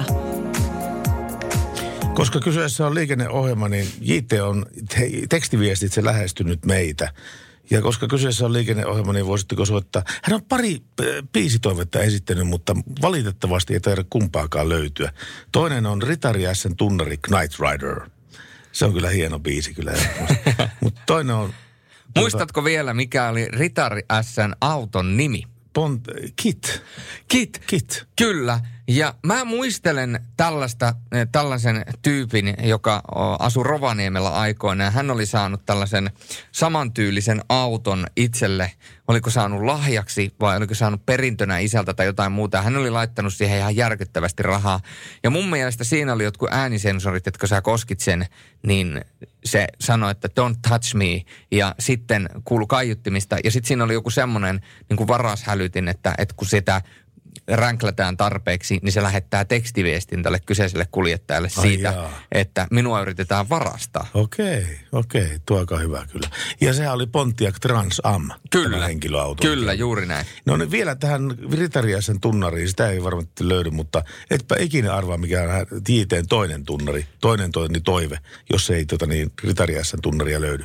Koska kyseessä on liikenneohjelma, niin J T on te- tekstiviestitse lähestynyt meitä. Ja koska kyseessä on liikenneohjelma, niin voisitteko soittaa? Hän on pari biisitoivetta esittänyt, mutta valitettavasti ei taida kumpaakaan löytyä. Toinen on Ritari S:n tunnari Knight Rider. Se on kyllä hieno biisi kyllä. Mutta toinen on... Tuota, muistatko vielä, mikä oli Ritari S:n auton nimi? Pont, Kit. Kit. Kit. Kyllä. Ja mä muistelen tällaista, tällaisen tyypin, joka asui Rovaniemellä aikoinaan. Hän oli saanut tällaisen samantyylisen auton itselle. Oliko saanut lahjaksi vai oliko saanut perintönä isältä tai jotain muuta. Hän oli laittanut siihen ihan järkyttävästi rahaa. Ja mun mielestä siinä oli jotkut äänisensorit, että kun sä koskit sen, niin se sanoi, että don't touch me. Ja sitten kuului kaiuttimista. Ja sitten siinä oli joku semmoinen niin kuin varashälytin, että, että kun sitä ränklätään tarpeeksi, niin se lähettää tekstiviestin tälle kyseiselle kuljettajalle siitä, että minua yritetään varastaa. Okei, okei. Tuo aika hyvä kyllä. Ja sehän oli Pontiac Trans Am. Kyllä, henkilöauto. kyllä, juuri näin. No niin vielä tähän Ritari S:n tunnariin, sitä ei varmasti löydy, mutta etpä ikinä arvaa mikä on J T:n toinen tunnari, toinen toinen toive, jos ei tota niin, Ritari S:n tunnaria löydy.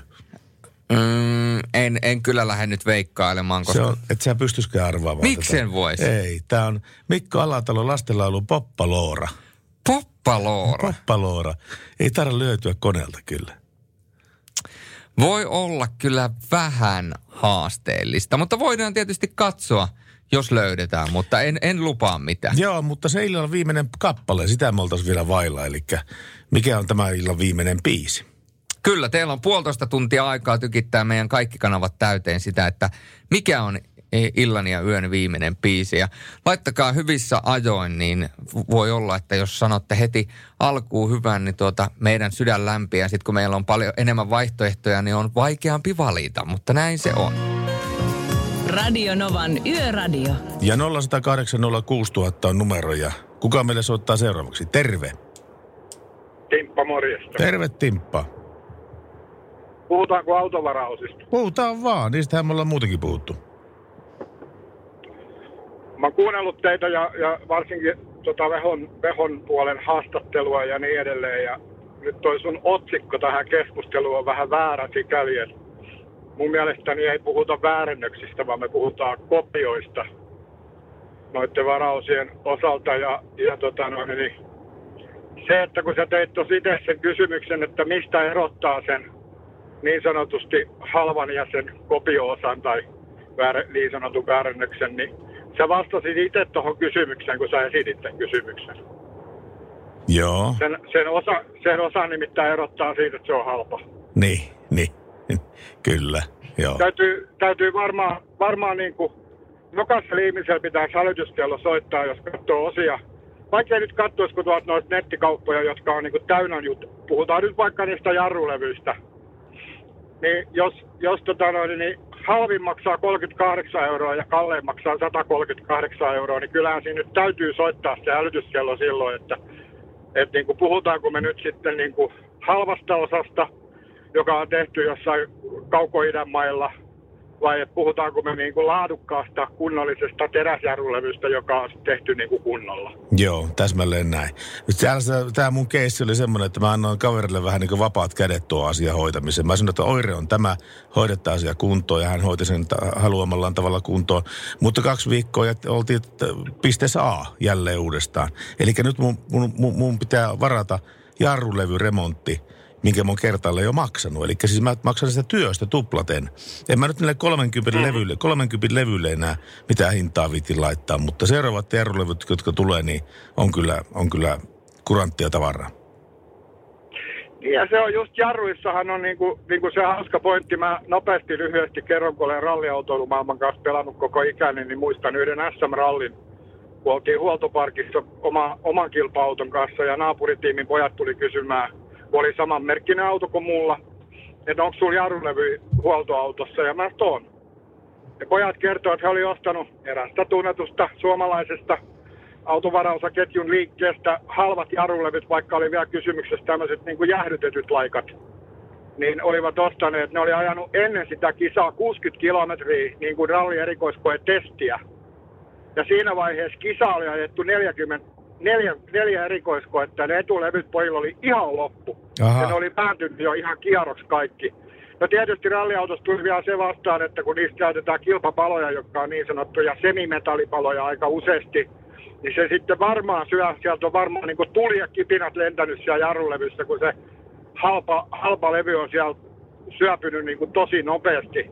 Mm, en, en kyllä lähde nyt veikkailemaan, koska... Se on, et sä pystyisikään arvaamaan. Miksi en voisi? Ei, tää on Mikko Alatalo lastenlaulu Poppaloora. Poppaloora? Poppaloora. Ei tarvitse löytyä koneelta kyllä. Voi olla kyllä vähän haasteellista, mutta voidaan tietysti katsoa, jos löydetään, mutta en, en lupaa mitään. Joo, mutta se illan viimeinen kappale, sitä me oltaisiin vielä vailla, eli mikä on tämä illan viimeinen biisi? Kyllä, teillä on puolitoista tuntia aikaa tykittää meidän kaikki kanavat täyteen sitä, että mikä on illan ja yön viimeinen biisi. Ja laittakaa hyvissä ajoin, niin voi olla, että jos sanotte heti alkuun hyvän, niin tuota meidän sydän lämpiää. Sitten kun meillä on paljon enemmän vaihtoehtoja, niin on vaikeampi valita, mutta näin se on. Radio Novan Yöradio. Ja nolla yksi nolla kahdeksan nolla kuusi nolla nolla nolla on numero ja kuka meille soittaa seuraavaksi? Terve. Timppa, morjesta. Terve Timppa. Puhutaanko autovaraosista? Puhutaan vaan, niistähän me ollaan muutenkin puhuttu. Mä oon kuunnellut teitä ja, ja varsinkin tota Vehon, Vehon puolen haastattelua ja niin edelleen. Ja nyt toi sun otsikko tähän keskusteluun on vähän väärä sikäli, että mun mielestäni ei puhuta väärennöksistä, vaan me puhutaan kopioista noiden varaosien osalta. Ja, ja tota noin, niin se, että kun sä teit tosi itse sen kysymyksen, että mistä erottaa sen niin sanotusti halvan ja sen kopio-osan tai väär, niin sanotun väärennöksen, niin sä vastasit itse tuohon kysymykseen, kun sä esitit sen kysymyksen. Joo. Sen, sen, osa, sen osa nimittäin erottaa siitä, että se on halpa. Niin, niin. Kyllä, joo. Täytyy, täytyy varmaan, varmaan niin kuin jokaisella ihmisellä pitää hälytyskello soittaa, jos katsoo osia. Vaikka ei nyt katsoisi, kun tuot noita nettikauppoja, jotka on niin kuin täynnä juttu. Puhutaan nyt vaikka niistä jarrulevyistä. Niin jos, jos tota noin, niin halvin maksaa kolmekymmentäkahdeksan euroa ja kallein maksaa sata kolmekymmentäkahdeksan euroa, niin kyllähän siinä nyt täytyy soittaa se hälytyskello silloin, että, että niin kuin puhutaanko me nyt sitten niin kuin halvasta osasta, joka on tehty jossain kauko-idän mailla, vai että puhutaanko me niin kuin laadukkaasta, kunnollisesta teräsjarrulevystä, joka on tehty niin kuin kunnolla. Joo, täsmälleen näin. Tämä mun keissi oli semmoinen, että mä annoin kaverille vähän niin kuin vapaat kädet tuo asia hoitamiseen. Mä sanoin, että oire on tämä, hoidetta asia kuntoon, ja hän hoiti sen haluamallaan tavalla kuntoon. Mutta kaksi viikkoa ja oltiin pisteessä A jälleen uudestaan. Eli nyt mun, mun, mun pitää varata jarrulevyremontti, minkä mä oon kertaalle jo maksanut. Eli siis mä maksan sitä työstä tuplaten. En mä nyt niille kolmekymmentä mm. levylle, kolmekymmentä levylle enää mitään hintaa viitin laittaa, mutta seuraavat jarrulevyt, jotka tulee, niin on kyllä, on kyllä kuranttia tavaraa. Ja se on just jarruissahan on niinku, niinku se hauska pointti. Mä nopeasti lyhyesti kerron, kun olen ralliautoilumaailman kanssa pelannut koko ikäni, niin muistan yhden S M-rallin, kun oltiin huoltoparkissa oma, oman kilpa-auton kanssa ja naapuritiimin pojat tuli kysymään, oli samanmerkkinen auto kuin mulla, että onko sulla jarrulevy huoltoautossa, ja mä on. Ja pojat kertoo, että he oli ostanut erästä tunnetusta suomalaisesta autovaraosaketjun liikkeestä halvat jarrulevyt, vaikka oli vielä kysymyksessä tämmöiset niin kuin jäähdytetyt laikat. Niin olivat ostaneet, ne oli ajanut ennen sitä kisaa kuusikymmentä kilometriä niin kuin ralli erikoiskoe-testiä. Ja siinä vaiheessa kisa oli ajettu neljäkymmentä Neljä, neljä erikoiskoetta, ne etulevyt pojilla oli ihan loppu. Aha. Ja ne oli päätynyt jo ihan kierroksi kaikki. No tietysti ralliautossa tuli vielä se vastaan, että kun niistä käytetään kilpapaloja, jotka on niin sanottuja semimetallipaloja aika useasti, niin se sitten varmaan syö, sieltä on varmaan niin kuin tuli ja kipinät lentänyt siellä jarrulevyssä, kun se halpa, halpa levy on siellä syöpynyt niin kuin tosi nopeasti.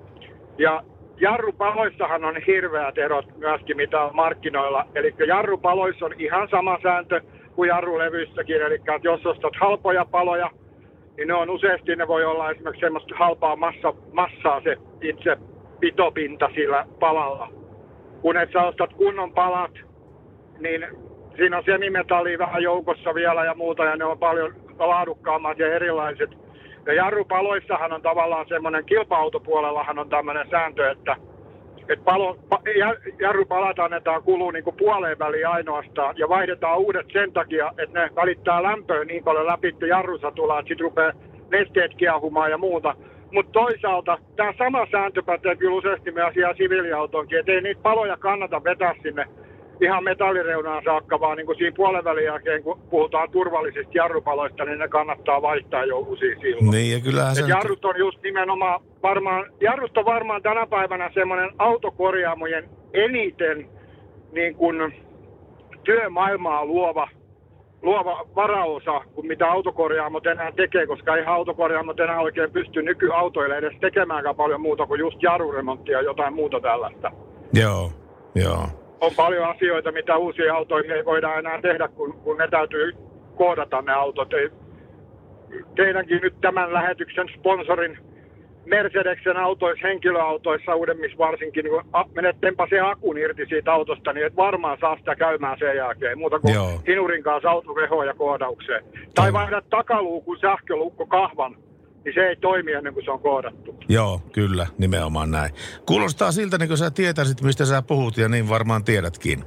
Ja jarrupaloissahan on hirveät erot myöskin, mitä on markkinoilla. Eli jarrupaloissa on ihan sama sääntö kuin jarrulevyissäkin. Eli jos ostat halpoja paloja, niin ne on useasti, ne voi olla esimerkiksi semmoista halpaa massa, massaa se itse pitopinta sillä palalla. Kun et sä ostat kunnon palat, niin siinä on semimetallia vähän joukossa vielä ja muuta, ja ne on paljon laadukkaammat ja erilaiset. Ja jarrupaloissahan on tavallaan semmoinen, kilpa-autopuolellahan on tämmöinen sääntö, että, että palo, pa, jarrupalat annetaan kuluu niin kuin puoleen väliin ainoastaan, ja vaihdetaan uudet sen takia, että ne välittää lämpöä niin paljon läpi, että jarrusatulaa, että sitten rupeaa nesteet kiehumaan ja muuta. Mutta toisaalta tämä sama sääntö pätee kyllä useasti myös ihan siviiliautoonkin, että ei niitä paloja kannata vetää sinne ihan metallireunaan saakka, vaan niin kuin siinä puolen välin jälkeen, kun puhutaan turvallisista jarrupaloista, niin ne kannattaa vaihtaa joukuisia silloin. Niin, ja kyllähän se... Jarrut on just nimenomaan varmaan, jarrut on varmaan tänä päivänä semmoinen autokorjaamojen eniten niin kuin työmaailmaa luova, luova varaosa, kuin mitä autokorjaamot enää tekee, koska ei autokorjaamot enää oikein pysty nykyautoille edes tekemäänkään paljon muuta kuin just jarruremonttia ja jotain muuta tällaista. Joo, joo. On paljon asioita, mitä uusia autoja ei voida enää tehdä, kun, kun ne täytyy koodata ne autot. Ei, teidänkin nyt tämän lähetyksen sponsorin Mercedeksen autoissa, henkilöautoissa uudemmissa varsinkin, kun menet tempasee akun irti siitä autosta, niin et varmaan saa sitä käymään sen jälkeen. Muuta kuin Joo. hinurin kanssa autovehoon ja koodaukseen. Tai vaihdat takaluukun sähköluukko kahvan, niin se ei toimi ennen kuin se on koodattu. Joo, kyllä, nimenomaan näin. Kuulostaa siltä, niin kuin sä tietäisit, mistä sä puhut, ja niin varmaan tiedätkin.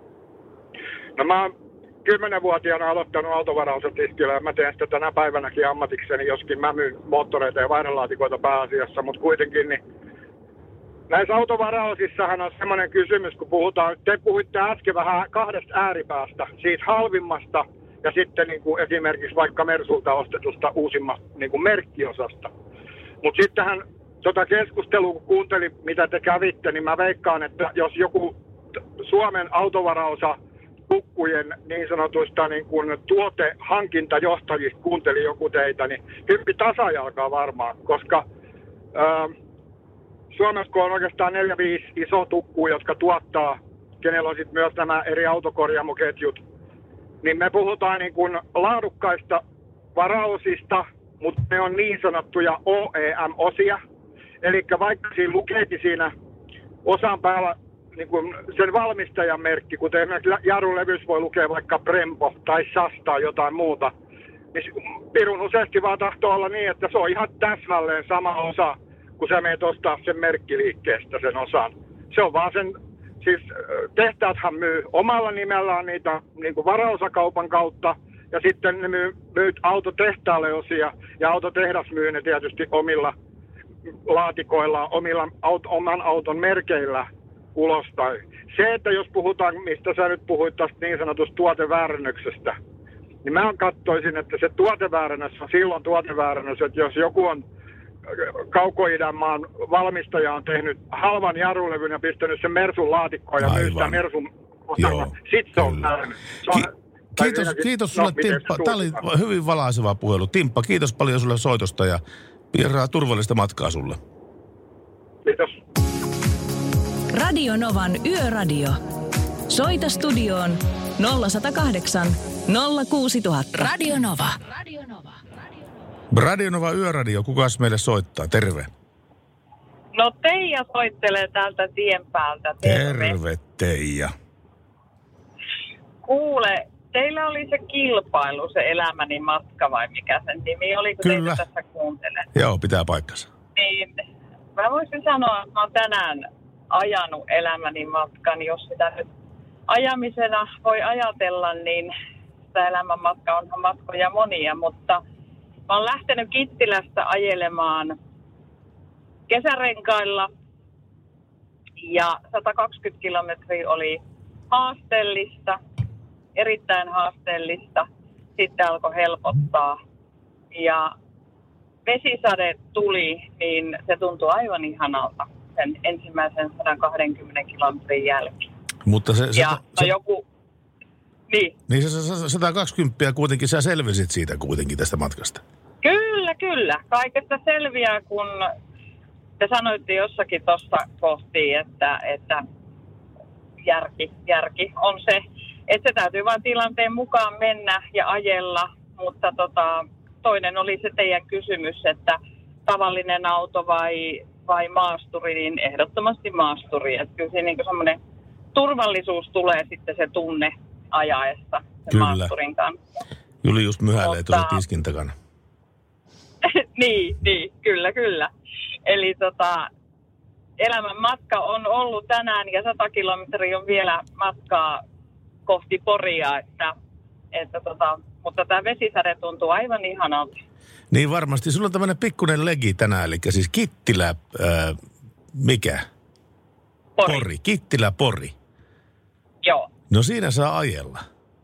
No mä oon kymmenvuotiaana aloittanut autovarausatiskillä, ja mä teen sitä tänä päivänäkin ammatikseni, joskin mä myyn moottoreita ja vaihdelaatikoita pääasiassa, mutta kuitenkin niin näissä autovarausissahan on semmoinen kysymys, kun puhutaan, te puhuitte äsken vähän kahdesta ääripäästä, siitä halvimmasta, ja sitten niin kuin esimerkiksi vaikka Mersulta ostetusta uusimmasta niin kuin merkkiosasta. Mutta sittenhän tota keskustelua, kun kuuntelin, mitä te kävitte, niin mä veikkaan, että jos joku Suomen autovaraosa tukkujen niin sanotuista niin kuin tuotehankintajohtajista kuunteli joku teitä, niin hyppi tasajalkaa varmaan, koska ää, Suomessa on oikeastaan neljä viisi iso tukkua, jotka tuottaa, kenellä on sitten myös nämä eri autokorjaamoketjut, niin me puhutaan niin kuin laadukkaista varaosista, mutta ne on niin sanottuja O E M-osia. Eli vaikka siinä lukeekin siinä osan päällä niin kuin sen valmistajan merkki, kuten esimerkiksi jarrulevyssä voi lukea vaikka Brembo tai Sas tai jotain muuta, niin pirun useasti vaan tahtoo olla niin, että se on ihan täsmälleen sama osa, kun sä meet ostaa sen merkkiliikkeestä sen osan. Se on vaan sen, siis tehtaathan myy omalla nimellään niitä niin kuin varaosakaupan kautta, ja sitten ne myy, myy autotehtaalle osia, ja autotehdas myy ne tietysti omilla laatikoilla, omilla auto, oman auton merkeillä ulospäin. Se, että jos puhutaan, mistä sä nyt puhuit tästä niin sanotusta tuoteväärennöksestä, niin mä katsoisin, että se tuoteväärennös on silloin tuoteväärennös, että jos joku on Kauko-idän maan valmistaja on tehnyt halvan jarrulevyn ja pistänyt sen Mersun laatikkoon ja myy sitä Mersun osana, sit se on väärennös. Kiitos, kiitos sulle, no, Timppa. Tämä oli hyvin valaiseva puhelu. Timppa, kiitos paljon sulle soitosta ja pierraa turvallista matkaa sulle. Kiitos. Radio Novan Yöradio. Soita studioon nolla yksi nolla kahdeksan nolla kuusi nolla nolla nolla. Radio Nova. Radio Nova. Radio Nova Yöradio. Kukas meille soittaa? Terve. No Teija soittelee täältä tien päältä. Terve, Terve Teija. Kuule, teillä oli se kilpailu, se Elämäni matka vai mikä sen nimi oli, kun Kyllä. teitä tässä kuuntelen. Joo, pitää paikkansa. Niin, mä voisin sanoa, että mä oon tänään ajanut Elämäni matkan, jos sitä nyt ajamisena voi ajatella, niin sitä elämänmatka onhan matkoja monia, mutta mä oon lähtenyt Kittilästä ajelemaan kesärenkailla ja sata kaksikymmentä kilometriä oli haasteellista, erittäin haasteellista. Sitten alkoi helpottaa ja vesisade tuli, niin se tuntui aivan ihanalta sen ensimmäisen sata kaksikymmentä kilometrin jälkeen. Mutta se... se ja no se, joku... Niin. Niin se, se sata kaksikymmentä kuitenkin, sä selvisit siitä kuitenkin tästä matkasta. Kyllä, kyllä. Kaikesta selviää, kun te sanoitte jossakin tuossa kohti, että, että järki, järki on se, että se täytyy vain tilanteen mukaan mennä ja ajella, mutta tota, toinen oli se teidän kysymys, että tavallinen auto vai, vai maasturi, niin ehdottomasti maasturi. Että kyllä siinä niin semmoinen turvallisuus tulee sitten se tunne ajaessa sen maasturin kanssa. Juli just myhäilee tuossa tiskin takana. niin, niin, kyllä, kyllä. Eli tota, elämän matka on ollut tänään ja sata kilometriä on vielä matkaa kohti Poria, että, että tota, mutta tämä vesisade tuntuu aivan ihanalta. Niin varmasti. Sulla on tämmöinen pikkuinen legi tänään, eli siis Kittilä, ää, mikä? Pori. Pori. Kittilä, Pori. Joo. No siinä saa ajella.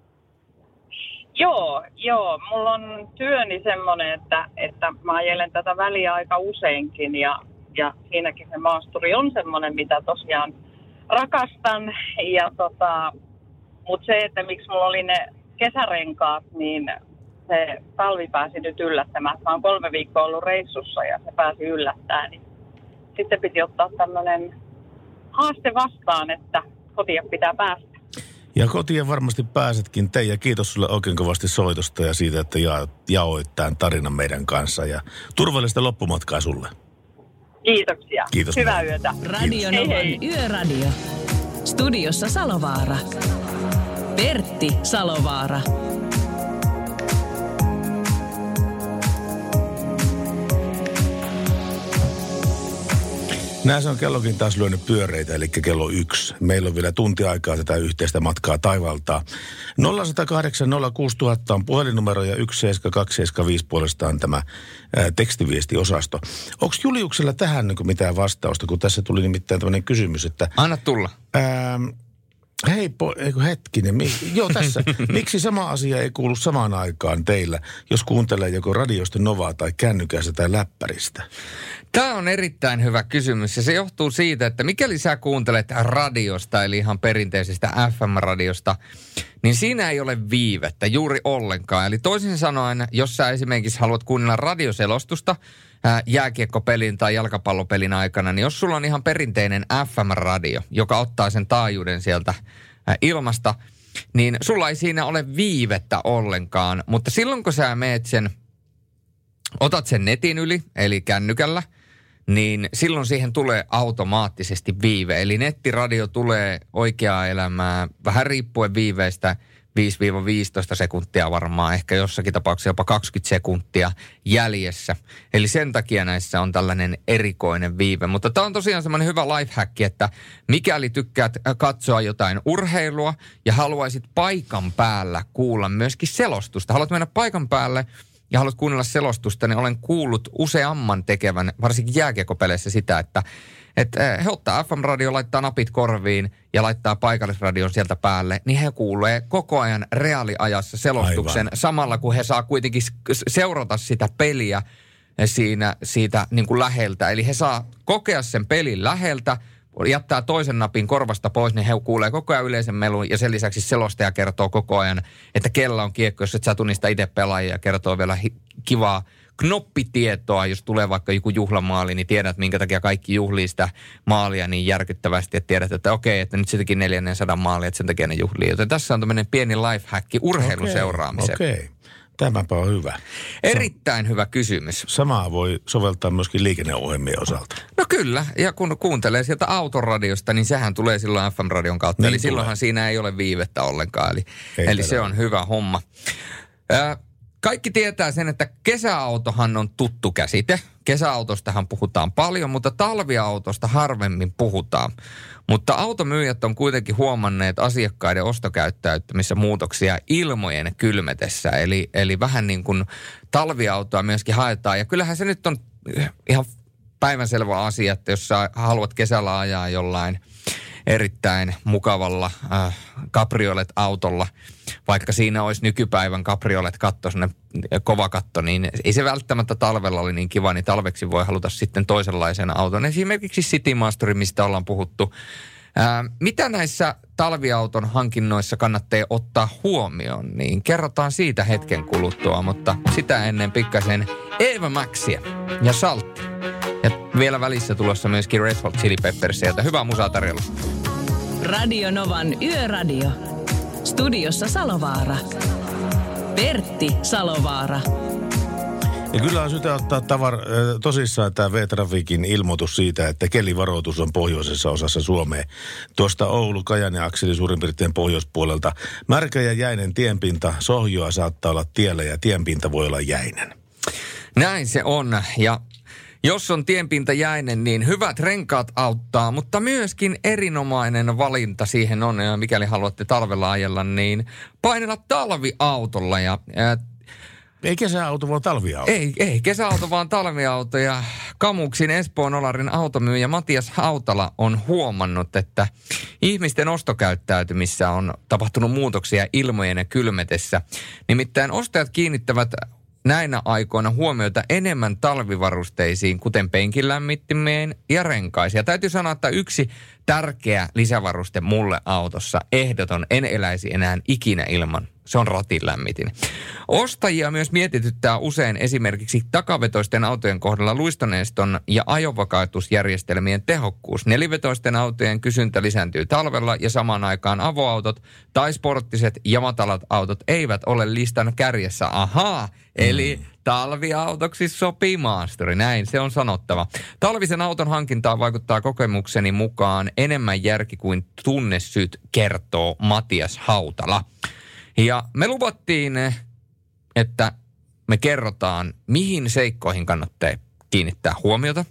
Joo, joo. Mulla on työni semmoinen, että, että mä ajelen tätä väliä aika useinkin ja, ja siinäkin se maasturi on semmoinen, mitä tosiaan rakastan. Ja tota, mutta se, että miksi mulla oli ne kesärenkaat, niin se talvi pääsi nyt yllättämään. Mä oon kolme viikkoa ollut reissussa ja se pääsi yllättämään. Niin sitten piti ottaa tämmöinen haaste vastaan, että kotia pitää päästä. Ja kotiin varmasti pääsetkin te, ja kiitos sulle oikein kovasti soitosta ja siitä, että ja, jaoit tämän tarinan meidän kanssa. Ja turvallista loppumatkaa sulle. Kiitoksia. Kiitos. Hyvää yötä. Radio Novan Yöradio. Studiossa Salovaara. Pertti Salovaara. Näin se on kellokin taas lyönyt pyöreitä, eli kello yksi. Meillä on vielä tunti aikaa tätä yhteistä matkaa taivaltaa. nolla yksi nolla kahdeksan nolla kuusi nolla nolla nolla on puhelinnumero ja yksi seitsemän kaksi seitsemän viisi puolestaan tämä ää, tekstiviestiosasto. Onko Juliuksella tähän niin kuin mitään vastausta, kun tässä tuli nimittäin tämmöinen kysymys, että... Anna tulla. Ää, hei, po, eikö hetkinen, mi, joo tässä. Miksi sama asia ei kuulu samaan aikaan teillä, jos kuuntelee joko radiosta Novaa tai kännykästä tai läppäristä? Tämä on erittäin hyvä kysymys ja se johtuu siitä, että mikäli sä kuuntelet radiosta, eli ihan perinteisestä F M-radiosta, niin siinä ei ole viivettä juuri ollenkaan. Eli toisin sanoen, jos sä esimerkiksi haluat kuunnella radioselostusta ää, jääkiekkopelin tai jalkapallopelin aikana, niin jos sulla on ihan perinteinen F M-radio, joka ottaa sen taajuuden sieltä ää, ilmasta, niin sulla ei siinä ole viivettä ollenkaan. Mutta silloin kun sä meet sen, otat sen netin yli, eli kännykällä, niin silloin siihen tulee automaattisesti viive. Eli nettiradio tulee oikeaa elämää, vähän riippuen viiveistä, viisi viisitoista sekuntia varmaan, ehkä jossakin tapauksessa jopa kaksikymmentä sekuntia jäljessä. Eli sen takia näissä on tällainen erikoinen viive. Mutta tämä on tosiaan semmoinen hyvä lifehack, että mikäli tykkäät katsoa jotain urheilua ja haluaisit paikan päällä kuulla myöskin selostusta, haluat mennä paikan päälle ja haluat kuunnella selostusta, niin olen kuullut useamman tekevän, varsinkin jääkiekkopeleissä sitä, että, että he ottaa F M-radio, laittaa napit korviin ja laittaa paikallisradion sieltä päälle, niin he kuulee koko ajan reaaliajassa selostuksen. Aivan. Samalla kun he saa kuitenkin seurata sitä peliä siinä, siitä niin kuin läheltä. Eli he saa kokea sen pelin läheltä, jättää toisen napin korvasta pois, niin he kuulee koko ajan yleisen melun ja sen lisäksi selostaja kertoo koko ajan, että kella on kiekko, jos et sä tunnista itse pelaajia ja kertoo vielä hi- kivaa knoppitietoa, jos tulee vaikka joku juhlamaali, niin tiedät, minkä takia kaikki juhlii sitä maalia niin järkyttävästi, että tiedät, että okei, että nyt se teki neljänsadan maalia, että sen takia ne juhlii. Joten tässä on tämmöinen pieni lifehacki urheilun okay, seuraamiseen. Okei, okay. Tämäpä on hyvä. Erittäin hyvä kysymys. Samaa voi soveltaa myöskin liikenneohjelmien osalta. No kyllä, ja kun kuuntelee sieltä autoradiosta, niin sehän tulee silloin F M-radion kautta. Niin eli tulee. Silloinhan siinä ei ole viivettä ollenkaan, eli, eli se on hyvä homma. Äh, Kaikki tietää sen, että kesäautohan on tuttu käsite. Kesäautostahan puhutaan paljon, mutta talviautosta harvemmin puhutaan. Mutta automyyjät on kuitenkin huomanneet asiakkaiden ostokäyttäytymissä muutoksia ilmojen kylmetessä. Eli, eli vähän niin kuin talviautoa myöskin haetaan. Ja kyllähän se nyt on ihan päivänselvä asia, että jos sä haluat kesällä ajaa jollain erittäin mukavalla äh, kabriolet-autolla. Vaikka siinä olisi nykypäivän kabriolet-katto, sellainen kova katto, niin ei se välttämättä talvella oli niin kiva, niin talveksi voi haluta sitten toisenlaisen auton. Esimerkiksi Citymaster, mistä ollaan puhuttu. Ää, mitä näissä talviauton hankinnoissa kannattaa ottaa huomioon, niin kerrotaan siitä hetken kuluttua, mutta sitä ennen pikkasen Eva Maxia ja Saltti. Ja vielä välissä tulossa myöskin Red Hot Chili Peppersia, joten hyvää musaa tarjolla. Radio Novan Yöradio. Studiossa Salovaara. Pertti Salovaara. Ja kyllä on syytä ottaa tavar, tosissaan tämä V-Trafikin ilmoitus siitä, että kelivaroitus on pohjoisessa osassa Suomea. Tuosta Oulu-Kajani-akseli suurin piirtein pohjoispuolelta. Märkä ja jäinen tienpinta, sohjoa saattaa olla tiellä ja tienpinta voi olla jäinen. Näin se on. Ja jos on tienpinta jäinen, niin hyvät renkaat auttaa, mutta myöskin erinomainen valinta siihen on. Ja mikäli haluatte talvella ajella, niin painella talviautolla ja... ja Ei kesäauto, vaan talviauto. Ei, ei kesäauto, vaan talviauto. Ja Kamuksin Espoon Olarin automyyjä Matias Hautala on huomannut, että ihmisten ostokäyttäytymissä on tapahtunut muutoksia ilmojen ja kylmetessä. Nimittäin ostajat kiinnittävät näinä aikoina huomiota enemmän talvivarusteisiin, kuten penkinlämmittimeen ja renkaisiin. Ja täytyy sanoa, että yksi tärkeä lisävaruste mulle autossa, ehdoton, en eläisi enää ikinä ilman. Se on ratinlämmitin. Ostajia myös mietityttää usein esimerkiksi takavetoisten autojen kohdalla luistoneiston ja ajovakautusjärjestelmien tehokkuus. Nelivetoisten autojen kysyntä lisääntyy talvella ja samaan aikaan avoautot tai sporttiset ja matalat autot eivät ole listan kärjessä. Ahaa, eli mm. talviautoksi sopii maasturi. Näin se on sanottava. Talvisen auton hankintaan vaikuttaa kokemukseni mukaan enemmän järki kuin tunnesyyt, kertoo Matias Hautala. Ja me luvattiin, että me kerrotaan, mihin seikkoihin kannattaa kiinnittää huomiota.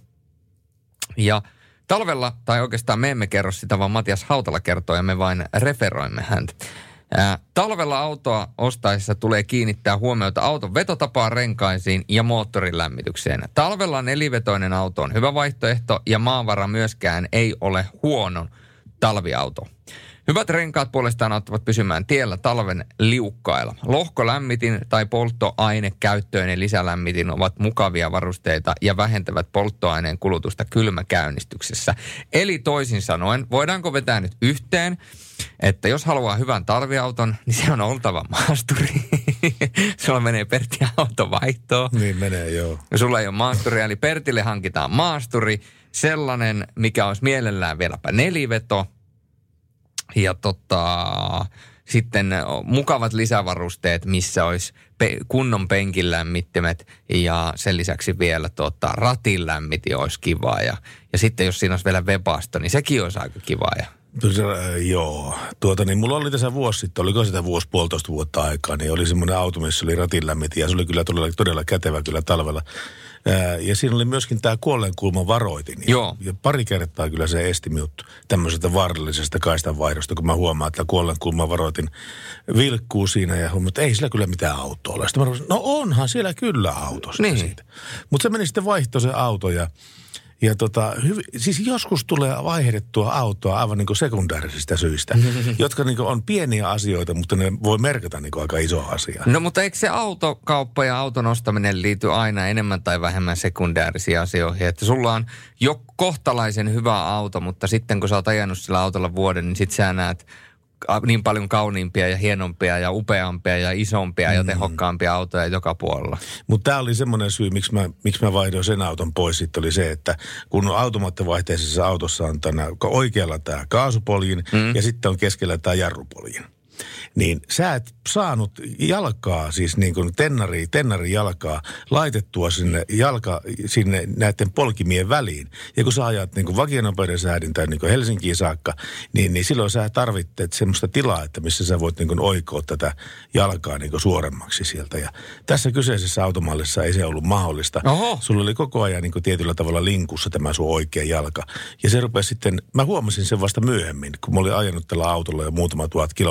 Ja talvella, tai oikeastaan me emme kerro sitä, vaan Matias Hautala kertoo ja me vain referoimme häntä. Ää, talvella autoa ostaessa tulee kiinnittää huomiota auton vetotapaan, renkaisiin ja moottorin lämmitykseen. Talvella nelivetoinen auto on hyvä vaihtoehto ja maavara myöskään ei ole huono talviauto. Hyvät renkaat puolestaan auttavat pysymään tiellä talven liukkailla. Lohkolämmitin tai polttoainekäyttöinen lisälämmitin ovat mukavia varusteita ja vähentävät polttoaineen kulutusta kylmäkäynnistyksessä. Eli toisin sanoen, voidaanko vetää nyt yhteen, että jos haluaa hyvän talviauton, niin se on oltava maasturi. Sulla menee Pertti auto vaihtoon. Niin menee, joo. Sulla ei ole maasturia, eli Pertille hankitaan maasturi. Sellainen, mikä olisi mielellään vieläpä neliveto. Ja tota, sitten mukavat lisävarusteet, missä olisi pe- kunnon penkinlämmittimet ja sen lisäksi vielä tota, ratinlämmitin olisi kivaa. Ja, ja sitten jos siinä olisi vielä webasto, niin sekin olisi aika kivaa. Ja... Äh, joo. Tuota, niin mulla oli tässä vuosi sitten, oliko sitä vuosi puolitoista vuotta aikaa, niin oli semmoinen auto, missä oli ratinlämmitin ja se oli kyllä todella, todella kätevä kyllä talvella. Ää, ja siinä oli myöskin tämä kuollenkulman varoitin. Joo. Ja pari kertaa kyllä se esti minut tämmöisestä vaarallisesta kaistanvaihdosta, kun mä huomaan, että kuollenkulman varoitin vilkkuu siinä ja huomaan, että ei sillä kyllä mitään autoa ole. Sitten mä ruvasin, no onhan siellä kyllä auto niin. siitä. Mutta se meni sitten vaihto se auto ja Ja tota, hyv- siis joskus tulee vaihdettua autoa aivan niin kuin sekundäärisistä syistä, jotka niin kuin on pieniä asioita, mutta ne voi merkata niin kuin aika iso asia. No mutta eikö se autokauppa ja auton ostaminen liity aina enemmän tai vähemmän sekundäärisiä asioihin? Että sulla on jo kohtalaisen hyvä auto, mutta sitten kun sä oot ajanut sillä autolla vuoden, niin sit sä näet niin paljon kauniimpia ja hienompia ja upeampia ja isompia mm. ja tehokkaampia autoja joka puolella. Mutta tämä oli semmoinen syy, miksi mä, miksi mä vaihdoin sen auton pois. Sitten oli se, että kun automaattivaihteisessa autossa on tänä, oikealla tämä kaasupoljin mm. ja sitten on keskellä tämä jarrupoljin. Niin sä et saanut jalkaa, siis niin kuin tennari, tennari jalkaa laitettua sinne, jalka, sinne näiden polkimien väliin. Ja kun sä ajat niin kuin vakionopeuden säädin tai niin kuin Helsinkiin saakka, niin, niin silloin sä tarvitset semmoista tilaa, että missä sä voit niin kuin oikoa tätä jalkaa niin kuin suoremmaksi sieltä. Ja tässä kyseisessä automallissa ei se ollut mahdollista. Oho. Sulla oli koko ajan niin kuin tietyllä tavalla linkussa tämä sun oikea jalka. Ja se rupesi sitten, mä huomasin sen vasta myöhemmin, kun mä olin ajanut tällä autolla jo muutama tuhat kilometriä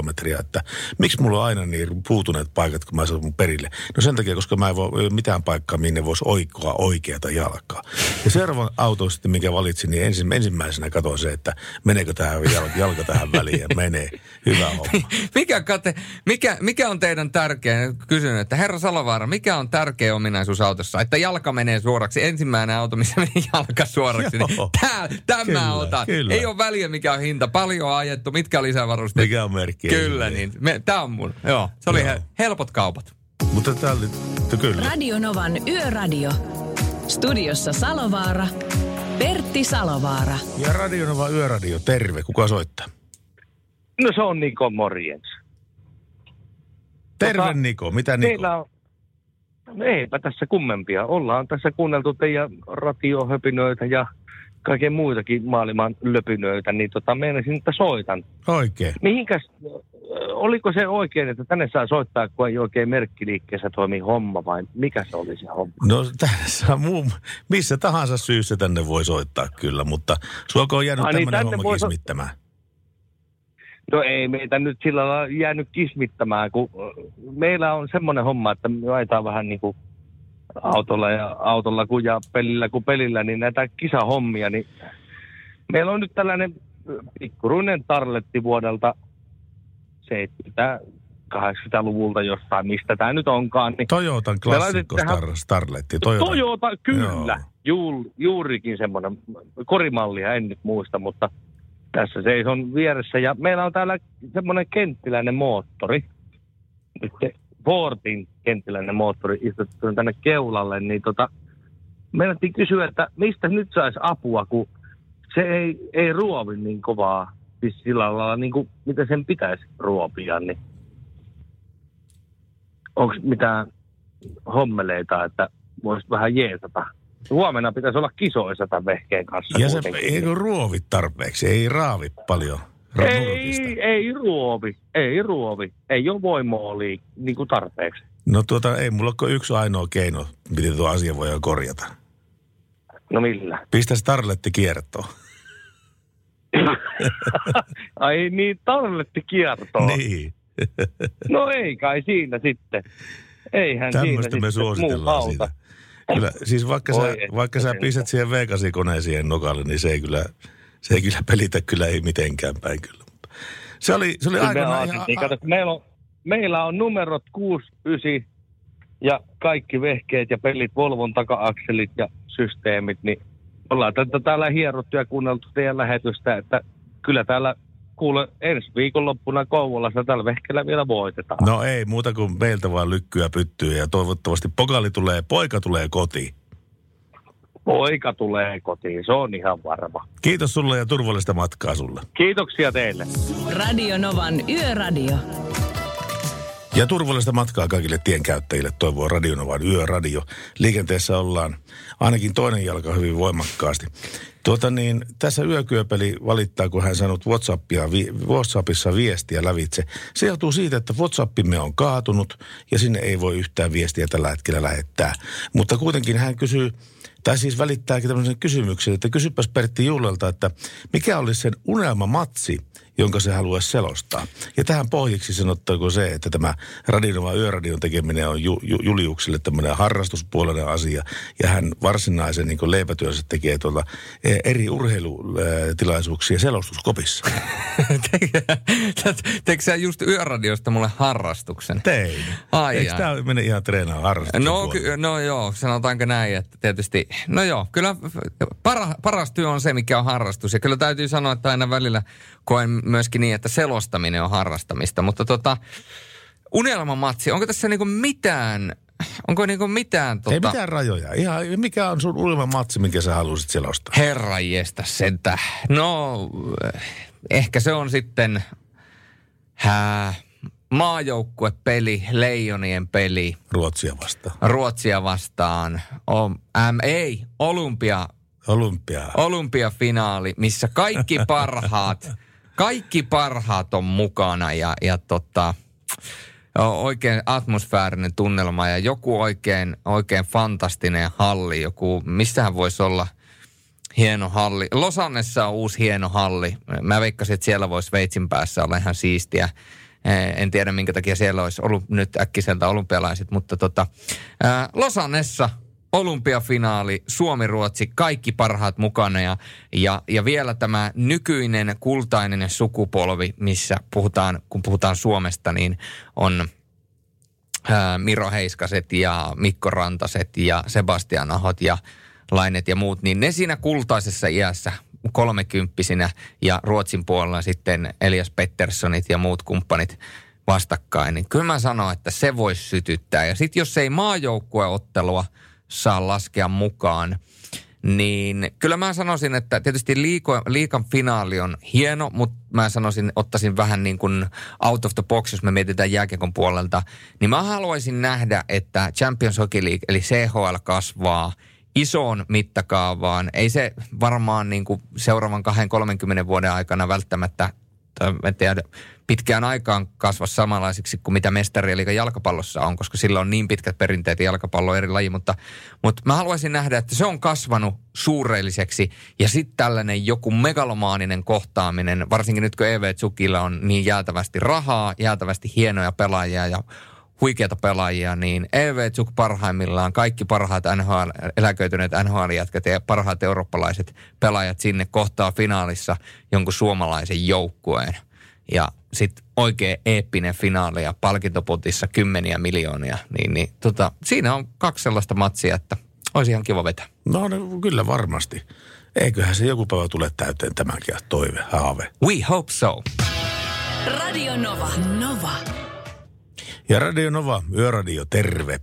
että miksi mulla on aina niin puutuneet paikat, kun mä saan mun perille. No sen takia, koska mä en voi mitään paikkaa, minne voisi oikkoa oikeata jalkaa. Ja seuraavan auto sitten, mikä valitsin, niin ensimmäisenä katsoin se, että meneekö tämä jalka, jalka tähän väliin ja menee. Hyvä homma. Mikä, Kate, mikä, mikä on teidän tärkeä, kysyn, että herra Salovaara, mikä on tärkeä ominaisuus autossa? Että jalka menee suoraksi. Ensimmäinen auto, missä meni jalka suoraksi. Niin tää, tämän kyllä, mä otan. Kyllä. Ei ole väliä, mikä on hinta. Paljon on ajettu. Mitkä on lisävarusteet? Mikä on merkki? Kyllä, niin. Me, tää on mun. Joo, se oli he, helpot kaupat. Mutta tää oli, kyllä. Radio Novan Yöradio. Studiossa Salovaara. Pertti Salovaara. Ja Radio Novan Yöradio. Terve. Kuka soittaa? No se on Niko, morjens. Terve tota, Niko. Mitä Niko? Meillä on, no eipä tässä kummempia. Ollaan tässä kuunneltu teidän radiohöpinöitä ja kaiken muitakin maailman löpinöitä, niin tota meinasin, että soitan. Oikein. Mihinkäs, oliko se oikein, että tänne saa soittaa, kun ei oikein merkkiliikkeessä toimi homma, vai mikä se oli se homma? No tässä muu, missä tahansa syyssä tänne voi soittaa kyllä, mutta suoko on jäänyt tämmöinen niin, homma kismittämään? So- No ei meitä nyt sillä lailla jäänyt kismittämään, kun meillä on semmoinen homma, että me ajetaan vähän niin kuin autolla ja autolla kun ja pelillä kuin pelillä, niin näitä kisahommia, niin meillä on nyt tällainen pikkuruinen tarletti vuodelta seitsemänkymmentä-kahdeksankymmentäluvulta jostain, mistä tämä nyt onkaan. Niin Toyotan klassikko tähän... starletti. Toyota, Toyota kyllä, Ju, juurikin semmoinen, korimallia en nyt muista, mutta tässä se on vieressä. Ja meillä on täällä semmoinen kenttiläinen moottori, nyt Fordin kenttiläinen moottori istuttu tänne keulalle, niin tota, meinattiin kysyä, että mistä nyt saisi apua, kun se ei, ei ruovi niin kovaa, siis sillä lailla niin kuin mitä sen pitäisi ruopia, niin onko mitään hommeleita, että voisi vähän jeesata? Huomenna pitäisi olla kisoissa tämän vehkeen kanssa. Ja se eikö ruovi tarpeeksi, ei raavi paljon. Ei, ei ruovi, ei ruovi. Ei ole voimaa niin kuin tarpeeksi. No tuota, ei mulla ole yksi ainoa keino, miten tuo asia voidaan korjata. No millä? Pistä starletti kiertoon. Ai niin, tarletti kiertoon. Niin. No ei kai siinä sitten. Eihän tämmöistä siinä me suositellaan siitä. Kyllä, siis vaikka Oi, sä, vaikka sä pistät siihen V kahdeksan koneen siihen nokalle, niin se ei kyllä... Se ei kyllä pelitä kyllä ei mitenkään päin kyllä. Se oli, se oli aika... Ihan... Kato, meillä, on, meillä on numerot kuusi, yhdeksän ja kaikki vehkeet ja pelit, Volvon taka-akselit ja systeemit, niin ollaan tätä täällä hierottu ja kuunneltu teidän lähetystä, että kyllä täällä kuule ensi viikonloppuna Kouvolassa tällä vehkeellä vielä voitetaan. No ei muuta kuin meiltä vaan lykkyä pyttyy ja toivottavasti pokaali tulee, poika tulee kotiin. Poika tulee kotiin, se on ihan varma. Kiitos sulle ja turvallista matkaa sulle. Kiitoksia teille. Radio Novan Yöradio. Ja turvallista matkaa kaikille tienkäyttäjille toivoo Radio Novan Yöradio. Liikenteessä ollaan ainakin toinen jalka hyvin voimakkaasti. Tuota niin, tässä yökyöpeli valittaa, kun hän sanoi WhatsAppia, vi, WhatsAppissa viestiä lävitse. Se johtuu siitä, että WhatsAppimme on kaatunut ja sinne ei voi yhtään viestiä tällä hetkellä lähettää. Mutta kuitenkin hän kysyy, tai siis välittääkin tämmöisen kysymyksen, että kysypäs Pertti Jullelta, että mikä olisi sen unelmamatsi, jonka se haluaisi selostaa. Ja tähän pohjiksi sanottaako se, että tämä Radio Novan Yöradion tekeminen on ju, ju, Juliukselle tämmöinen harrastuspuolinen asia, ja hän varsinaisen niin kuin leipätyönsä tekee tuolla eri urheilutilaisuuksia selostuskopissa. Teekö sä just Yöradiosta mulle harrastuksen? Tein. Ai Eikö tämä mene ihan treenaamaan harrastuksen no, ky- no joo, sanotaanko näin, että tietysti, no joo, kyllä para, paras työ on se, mikä on harrastus. Ja kyllä täytyy sanoa, että aina välillä koen myöskin niin, että selostaminen on harrastamista. Mutta tota, unelmamatsi, onko tässä niinku mitään, onko niinku mitään tota... Ei mitään rajoja. Ihan, mikä on sun unelmamatsi, minkä sä haluaisit selostaa? Herranjestä sentä. No, ehkä se on sitten hää, maajoukkuepeli, Leijonien peli. Ruotsia vastaan. Ruotsia vastaan. O, äm, ei, Olympia. Olympia. Olympiafinaali, missä kaikki parhaat, kaikki parhaat on mukana ja, ja tota, oikein atmosfäärinen tunnelma ja joku oikein, oikein fantastinen halli, joku, missähän voisi olla hieno halli. Losannessa on uusi hieno halli. Mä veikkasin, että siellä voisi Sveitsin päässä olla ihan siistiä. En tiedä, minkä takia siellä olisi ollut nyt äkkiseltä olympialaiset, mutta tota, ää, Losannessa olympiafinaali, Suomi-Ruotsi, kaikki parhaat mukana ja, ja, ja vielä tämä nykyinen kultainen sukupolvi, missä puhutaan, kun puhutaan Suomesta, niin on ää, Miro Heiskaset ja Mikko Rantaset ja Sebastian Ahot ja Lainet ja muut, niin ne siinä kultaisessa iässä kolmekymppisinä ja Ruotsin puolella sitten Elias Petterssonit ja muut kumppanit vastakkain, niin kyllä mä sanon, että se voisi sytyttää. Ja sitten jos ei maajoukkueottelua saa laskea mukaan, niin kyllä mä sanoisin, että tietysti liiko, liikan finaali on hieno, mutta mä sanoisin, ottaisin vähän niin kuin out of the box, jos me mietitään jääkiekon puolelta, niin mä haluaisin nähdä, että Champions Hockey League, eli C H L kasvaa isoon mittakaavaan. Ei se varmaan niin kuin seuraavan kahden kolmenkymmenen vuoden aikana välttämättä, en tiedä, pitkään aikaan kasva samanlaisiksi kuin mitä Mestariliigan jalkapallossa on, koska sillä on niin pitkät perinteet ja jalkapallo on eri laji, mutta, mutta mä haluaisin nähdä, että se on kasvanut suureelliseksi ja sitten tällainen joku megalomaaninen kohtaaminen, varsinkin nyt kun E V Tsukilla on niin jäätävästi rahaa, jäätävästi hienoja pelaajia ja huikeita pelaajia, niin E V Tsuk parhaimmillaan, kaikki parhaat N H L, eläköityneet N H L-jätkät ja parhaat eurooppalaiset pelaajat sinne kohtaa finaalissa jonkun suomalaisen joukkueen. Ja sitten oikein eeppinen finaali ja palkintopotissa kymmeniä miljoonia, niin, niin tota, siinä on kaksi sellaista matsia, että olisi ihan kiva vetää. No, no kyllä varmasti. Eiköhän se joku päivä tule täyteen tämänkin toive, haave. We hope so. Radio Nova. Nova. Ja Radio Nova, Yöradio, terve.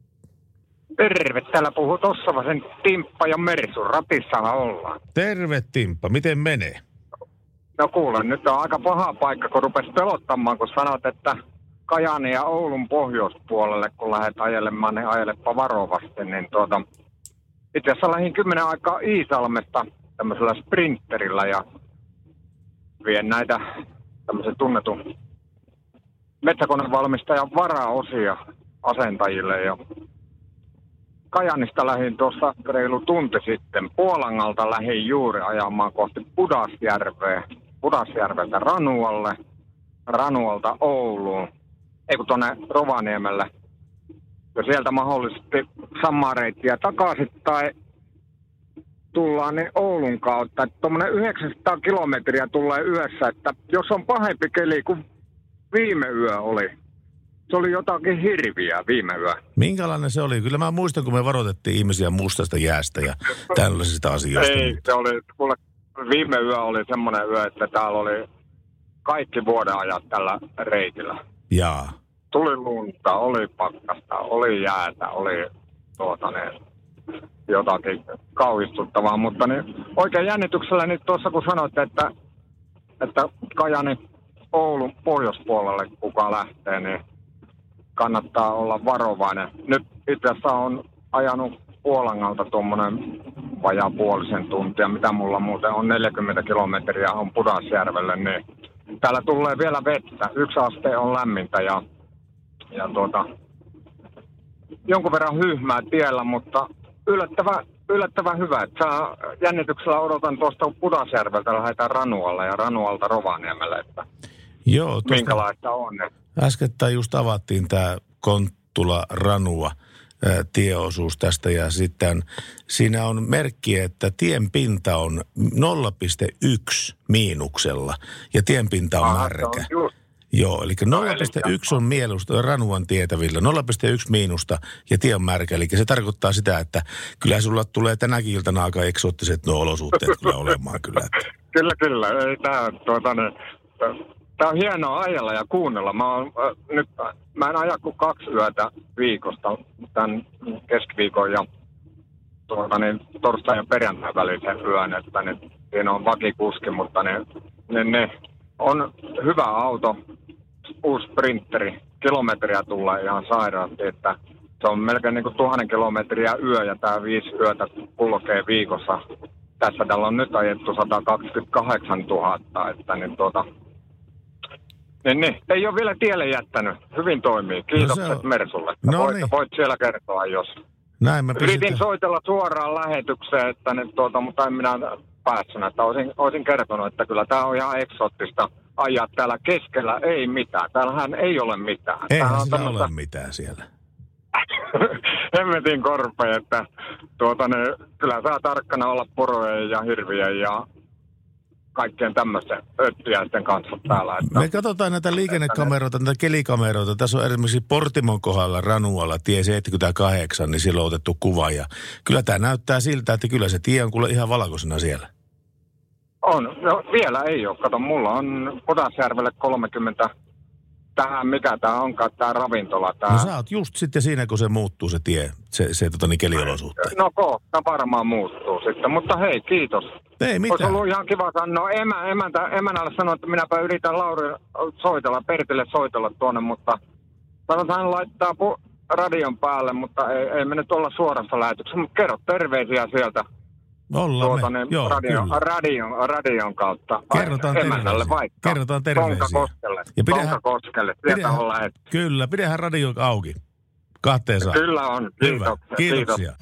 Terve, täällä puhuu Tossavasen Timppa ja Mersu, ratissahan ollaan. Terve Timppa, miten menee? No kuule, nyt on aika paha paikka, kun rupesi pelottamaan, kun sanot, että Kajani ja Oulun pohjoispuolelle, kun lähdet ajelemaan, niin ajelepa varovasti, niin tuota, itse asiassa lähdin kymmenen aikaa Iisalmesta tämmöisellä sprinterillä ja vien näitä tämmöisen tunnetun metsäkonevalmistajan varaosia asentajille ja Kajanista lähdin tuossa reilu tunti sitten. Puolangalta lähdin juuri ajamaan kohti Pudasjärveä. Pudasjärveltä Ranualle, Ranualta Ouluun, ei kun tuonne Rovaniemelle. Ja sieltä mahdollisesti samaa reittiä takaisin tai tullaan niin Oulun kautta. Tuommoinen yhdeksänsataa kilometriä tulee yössä, että jos on pahempi keli kuin viime yö oli. Se oli jotakin hirviä viime yö. Minkälainen se oli? Kyllä mä muistan, kun me varoitettiin ihmisiä mustasta jäästä ja tällaisista asioista. Ei, se oli, kuule, viime yö oli semmoinen yö, että täällä oli kaikki vuoden ajat tällä reitillä. Jaa. Tuli lunta, oli pakkasta, oli jäätä, oli tuota ne, jotakin kauhistuttavaa, mutta niin, oikein jännityksellä niin tuossa kun sanoit, että, että Kajani Oulun pohjoispuolelle kuka lähtee, niin kannattaa olla varovainen. Nyt itse asiassa on ajanut Puolangalta tuommoinen vajaa puolisen tuntia, mitä mulla muuten on neljäkymmentä kilometriä on Pudasjärvelle, niin täällä tulee vielä vettä. Yksi aste on lämmintä ja, ja tuota, jonkun verran hyhmää tiellä, mutta yllättävän, yllättävän hyvä. Että jännityksellä odotan tuosta Pudasjärveltä lähdetään Ranualle ja Ranualta Rovaniemelle, että joo, minkälaista on. Äskettäin just avattiin tämä Konttula-Ranua ää, tieosuus tästä ja sitten siinä on merkki, että tien pinta on nolla pilkku yksi miinuksella ja tien pinta on Aha, märkä. on just. Joo, eli nolla pilkku yksi on mielusta Ranuan tietävillä, nolla pilkku yksi miinusta ja tie on märkä. Eli se tarkoittaa sitä, että kyllä sulla tulee tänäkin iltana aika eksoottiset nuo olosuhteet kyllä olemaan kyllä. Että. Kyllä, kyllä. Tämä, tuota, ne, tämä on hienoa ajella ja kuunnella. Mä, oon, äh, nyt, mä en aja kuin kaksi yötä viikosta tämän keskiviikon ja tuota, niin, torstai ja perjantai välisen yön. Että ne, siinä on vakikuski, mutta ne, ne, ne on hyvä auto, uusi sprinteri. Kilometriä tulee ihan sairaasti, että se on melkein niin kuin tuhannen kilometriä yö ja tämä viisi yötä kulkee viikossa. Tässä täällä on nyt ajettu sata kaksikymmentäkahdeksantuhatta, että niin tuota, niin, niin, ei ole vielä tielle jättänyt. Hyvin toimii. Kiitokset no Mersulle. No voit, niin. voit siellä kertoa, jos. Näin mä Yritin pistin. soitella suoraan lähetykseen, että niin, tuota, mutta en minä päässyt, että olisin, olisin kertonut, että kyllä tämä on ihan eksoottista ajaa täällä keskellä, ei mitään. Täällähän ei ole mitään. Eihän on sillä tämmöstä... ole mitään siellä. Hemmetin korpeja, että tuota, ne, kyllä saa tarkkana olla porojen ja hirvien ja kaikkien tämmöisten öttyjäisten kanssa täällä. Että... Me katsotaan näitä liikennekameroita, näitä kelikameroita. Tässä on esimerkiksi Portimon kohdalla Ranualla tie seitsemänkymmentäkahdeksan, niin silloin on otettu kuva. Ja kyllä tämä näyttää siltä, että kyllä se tie on kuule ihan valkoisena siellä. On. No, vielä ei ole. Kato, mulla on Pudasjärvelle kolmekymmentä. Tähän, mikä tämä onkaan, tämä ravintola. Tää... No sä oot just sitten siinä, kun se muuttuu se tie, se, se tota, niin keliolosuhteet. No kohta varmaan muuttuu sitten, mutta hei, kiitos. Ei mitään. Olisi ollut ihan kiva sanoa, emä, emäntä, emänälle sanoa, että minäpä yritän Lauri soitella, Pertille soitella tuonne, mutta sanotaan, hän laittaa pu- radion päälle, mutta ei, ei me nyt olla suorassa lähetyksessä, mutta kerro terveisiä sieltä. Ollaan tuota, me, niin, joo, radion, kyllä. Radion, radion kautta. Kerrotaan emännälle vaikka. Kerrotaan terveisiä. Tonkakoskelle. Ja pidähän, Tonkakoskelle, sieltä pidähän, on lähetty. Kyllä, pidähän radio auki. Kahteen saa. Kyllä on, kiitoksia. Kiitoksia.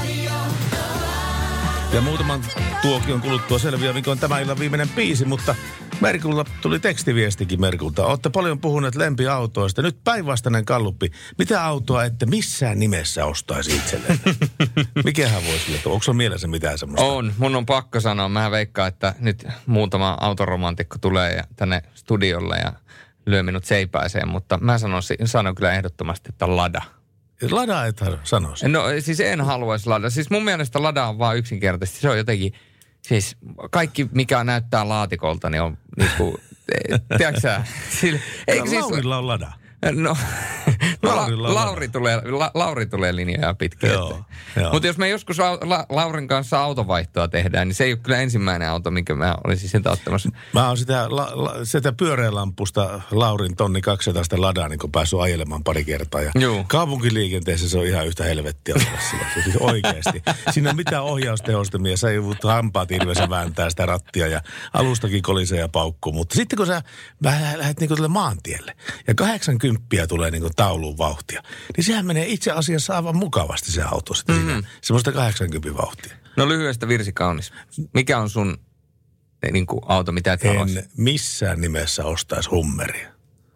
Ja muutaman tuokion kuluttua selviää, mikä on tämän illan viimeinen biisi, mutta Merkulta tuli tekstiviestikin Merkulta. Olette paljon puhuneet lempiautoista. Nyt päinvastainen kalluppi. Mitä autoa ette missään nimessä ostaisi itselleen? Mikähän voisi olla? Onko sinulla mielessä mitään semmoista? On. Mun on pakko sanoa. Mä veikkaan, että nyt muutama autoromantikko tulee tänne studiolle ja lyö minut seipäiseen. Mutta mä sanon, sanon kyllä ehdottomasti, että Lada. Lada et sanoisi. No siis en haluaisi Lada. Siis mun mielestä Lada on vaan yksinkertaisesti. Se on jotenkin, siis kaikki mikä näyttää laatikolta, niin on niinku, tiedätkö sä? Sille, eikö siis... Laurilla on Lada. No, La, Lauri, tulee, La, Lauri tulee linjoja pitkin. Mutta jos me joskus La, Laurin kanssa autovaihtoa tehdään, niin se ei ole kyllä ensimmäinen auto, minkä mä olisin sitä ottamassa. Mä oon sitä, la, la, sitä pyöreälampusta Laurin tonni kaksisataa Ladaa niin kun päässyt ajelemaan pari kertaa. Ja kaupunkiliikenteessä se on ihan yhtä helvettiä olla sillä. Siis oikeasti. Siinä on mitään ohjaustehostamia. Sä joudut hampaat ilmeisesti vääntää sitä rattia ja alustakin kolisee ja paukkuu. Mutta sitten kun sä lähdet niin kuin maantielle ja kahdeksankymmentä tulee niin kuin tauluun vauhtia, niin sehän menee itse asiassa aivan mukavasti se auto sitten mm-hmm. siinä. Semmoista kahdeksankymmentä vauhtia. No lyhyestä virsi kaunis. Mikä on sun niin kuin auto, mitä et haluaisi? En missään nimessä ostaisi Hummeria.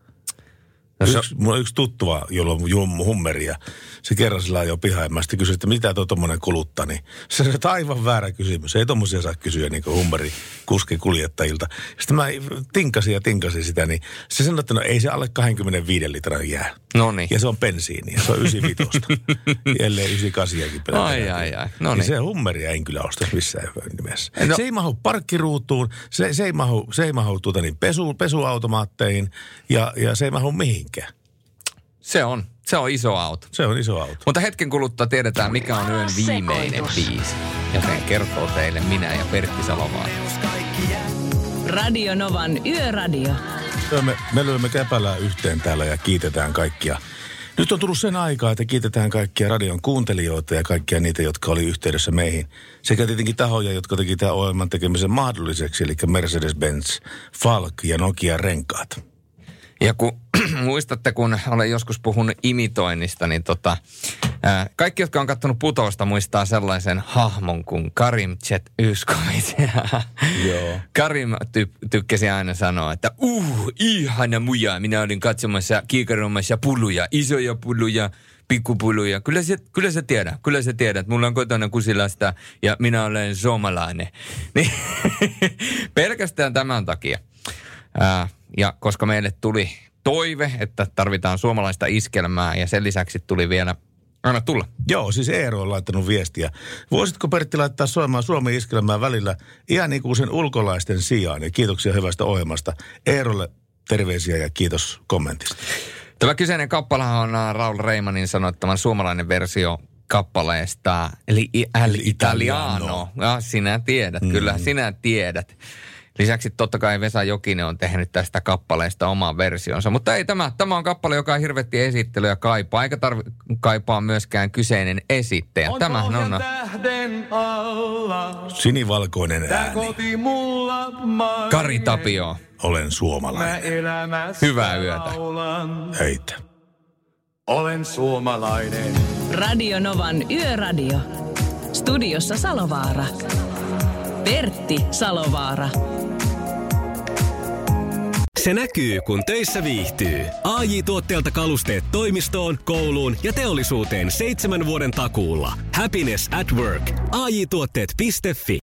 No yksi, se... Mulla on yksi tuttuva, jolla on Hummeri ja se kerran sillä jo pihaan. Ja mä sitten kysyin, että mitä tuo tommonen kuluttaa, niin se on aivan väärä kysymys. Ei tommosia saa kysyä niin kuin Hummeri kuski kuljettajilta. Sitten mä tinkasin ja tinkasin sitä, niin se sanoi, että no ei se alle kaksikymmentäviisi litran jää. Noniin. Ja se on bensiini ja se on yhdeksänkymmentäviisi. Ellei yhdeksänkymmentäkahdeksan pelaa. Ai, ai, ai. Noniin. Niin se Hummeria en kyllä ostaisi missään nimessä. No. Se ei mahu parkkiruutuun, se, se ei mahu, se ei mahu tuota niin pesu, pesuautomaatteihin ja, ja se ei mahu mihinkään. Se on. Se on iso auto. Se on iso auto. Mutta hetken kuluttua tiedetään, mikä on yön viimeinen biisi. Ja sen kertoo teille minä ja Pertti Salovaara. Radio Novan Yöradio. Me, me lyömme käpälää yhteen täällä ja kiitetään kaikkia. Nyt on tullut sen aikaa, että kiitetään kaikkia radion kuuntelijoita ja kaikkia niitä, jotka oli yhteydessä meihin. Sekä tietenkin tahoja, jotka teki tämän ohjelman tekemisen mahdolliseksi, eli Mercedes-Benz, Falk ja Nokia renkaat. Ja kun muistatte, kun olen joskus puhunut imitoinnista, niin tota, ää, kaikki, jotka on katsonut Putousta, muistaa sellaisen hahmon kuin Karim Chet-Yskovic. Joo. Karim ty- tykkäsi aina sanoa, että uh, ihana muja, minä olin katsomassa kiikaromassa puluja, isoja puluja, pikkupuluja. Kyllä sä, kyllä sä tiedät, kyllä sä tiedät. Mulla on kotona Kusilasta ja minä olen suomalainen. Niin, pelkästään tämän takia. Ää, ja koska meille tuli toive, että tarvitaan suomalaista iskelmää ja sen lisäksi tuli vielä, anna tulla. Joo, siis Eero on laittanut viestiä. Voisitko Pertti laittaa soimaan Suomen iskelmää välillä ihan ikuisen ulkolaisten sijaan? Ja kiitoksia hyvästä ohjelmasta. Eerolle terveisiä ja kiitos kommentista. Tämä kyseinen kappalehan on Raul Reimanin sanottaman suomalainen versio kappaleesta, eli El Italiano. Ja sinä tiedät, mm. kyllä sinä tiedät. Lisäksi totta kai Vesa Jokinen on tehnyt tästä kappaleesta oman versionsa. Mutta ei tämä, tämä on kappale, joka hirvetti esittelyä kaipaa, eikä tarvi, kaipaa myöskään kyseinen esittäjä. Tämähän on sinivalkoinen ääni. Kari Tapio. Olen suomalainen. Hyvää yötä. Heitä. Olen suomalainen. Radio Novan Yöradio. Studiossa Salovaara. Pertti Salovaara. Se näkyy, kun töissä viihtyy. A J-tuotteelta kalusteet toimistoon, kouluun ja teollisuuteen seitsemän vuoden takuulla. Happiness at work. A J tuotteet piste fi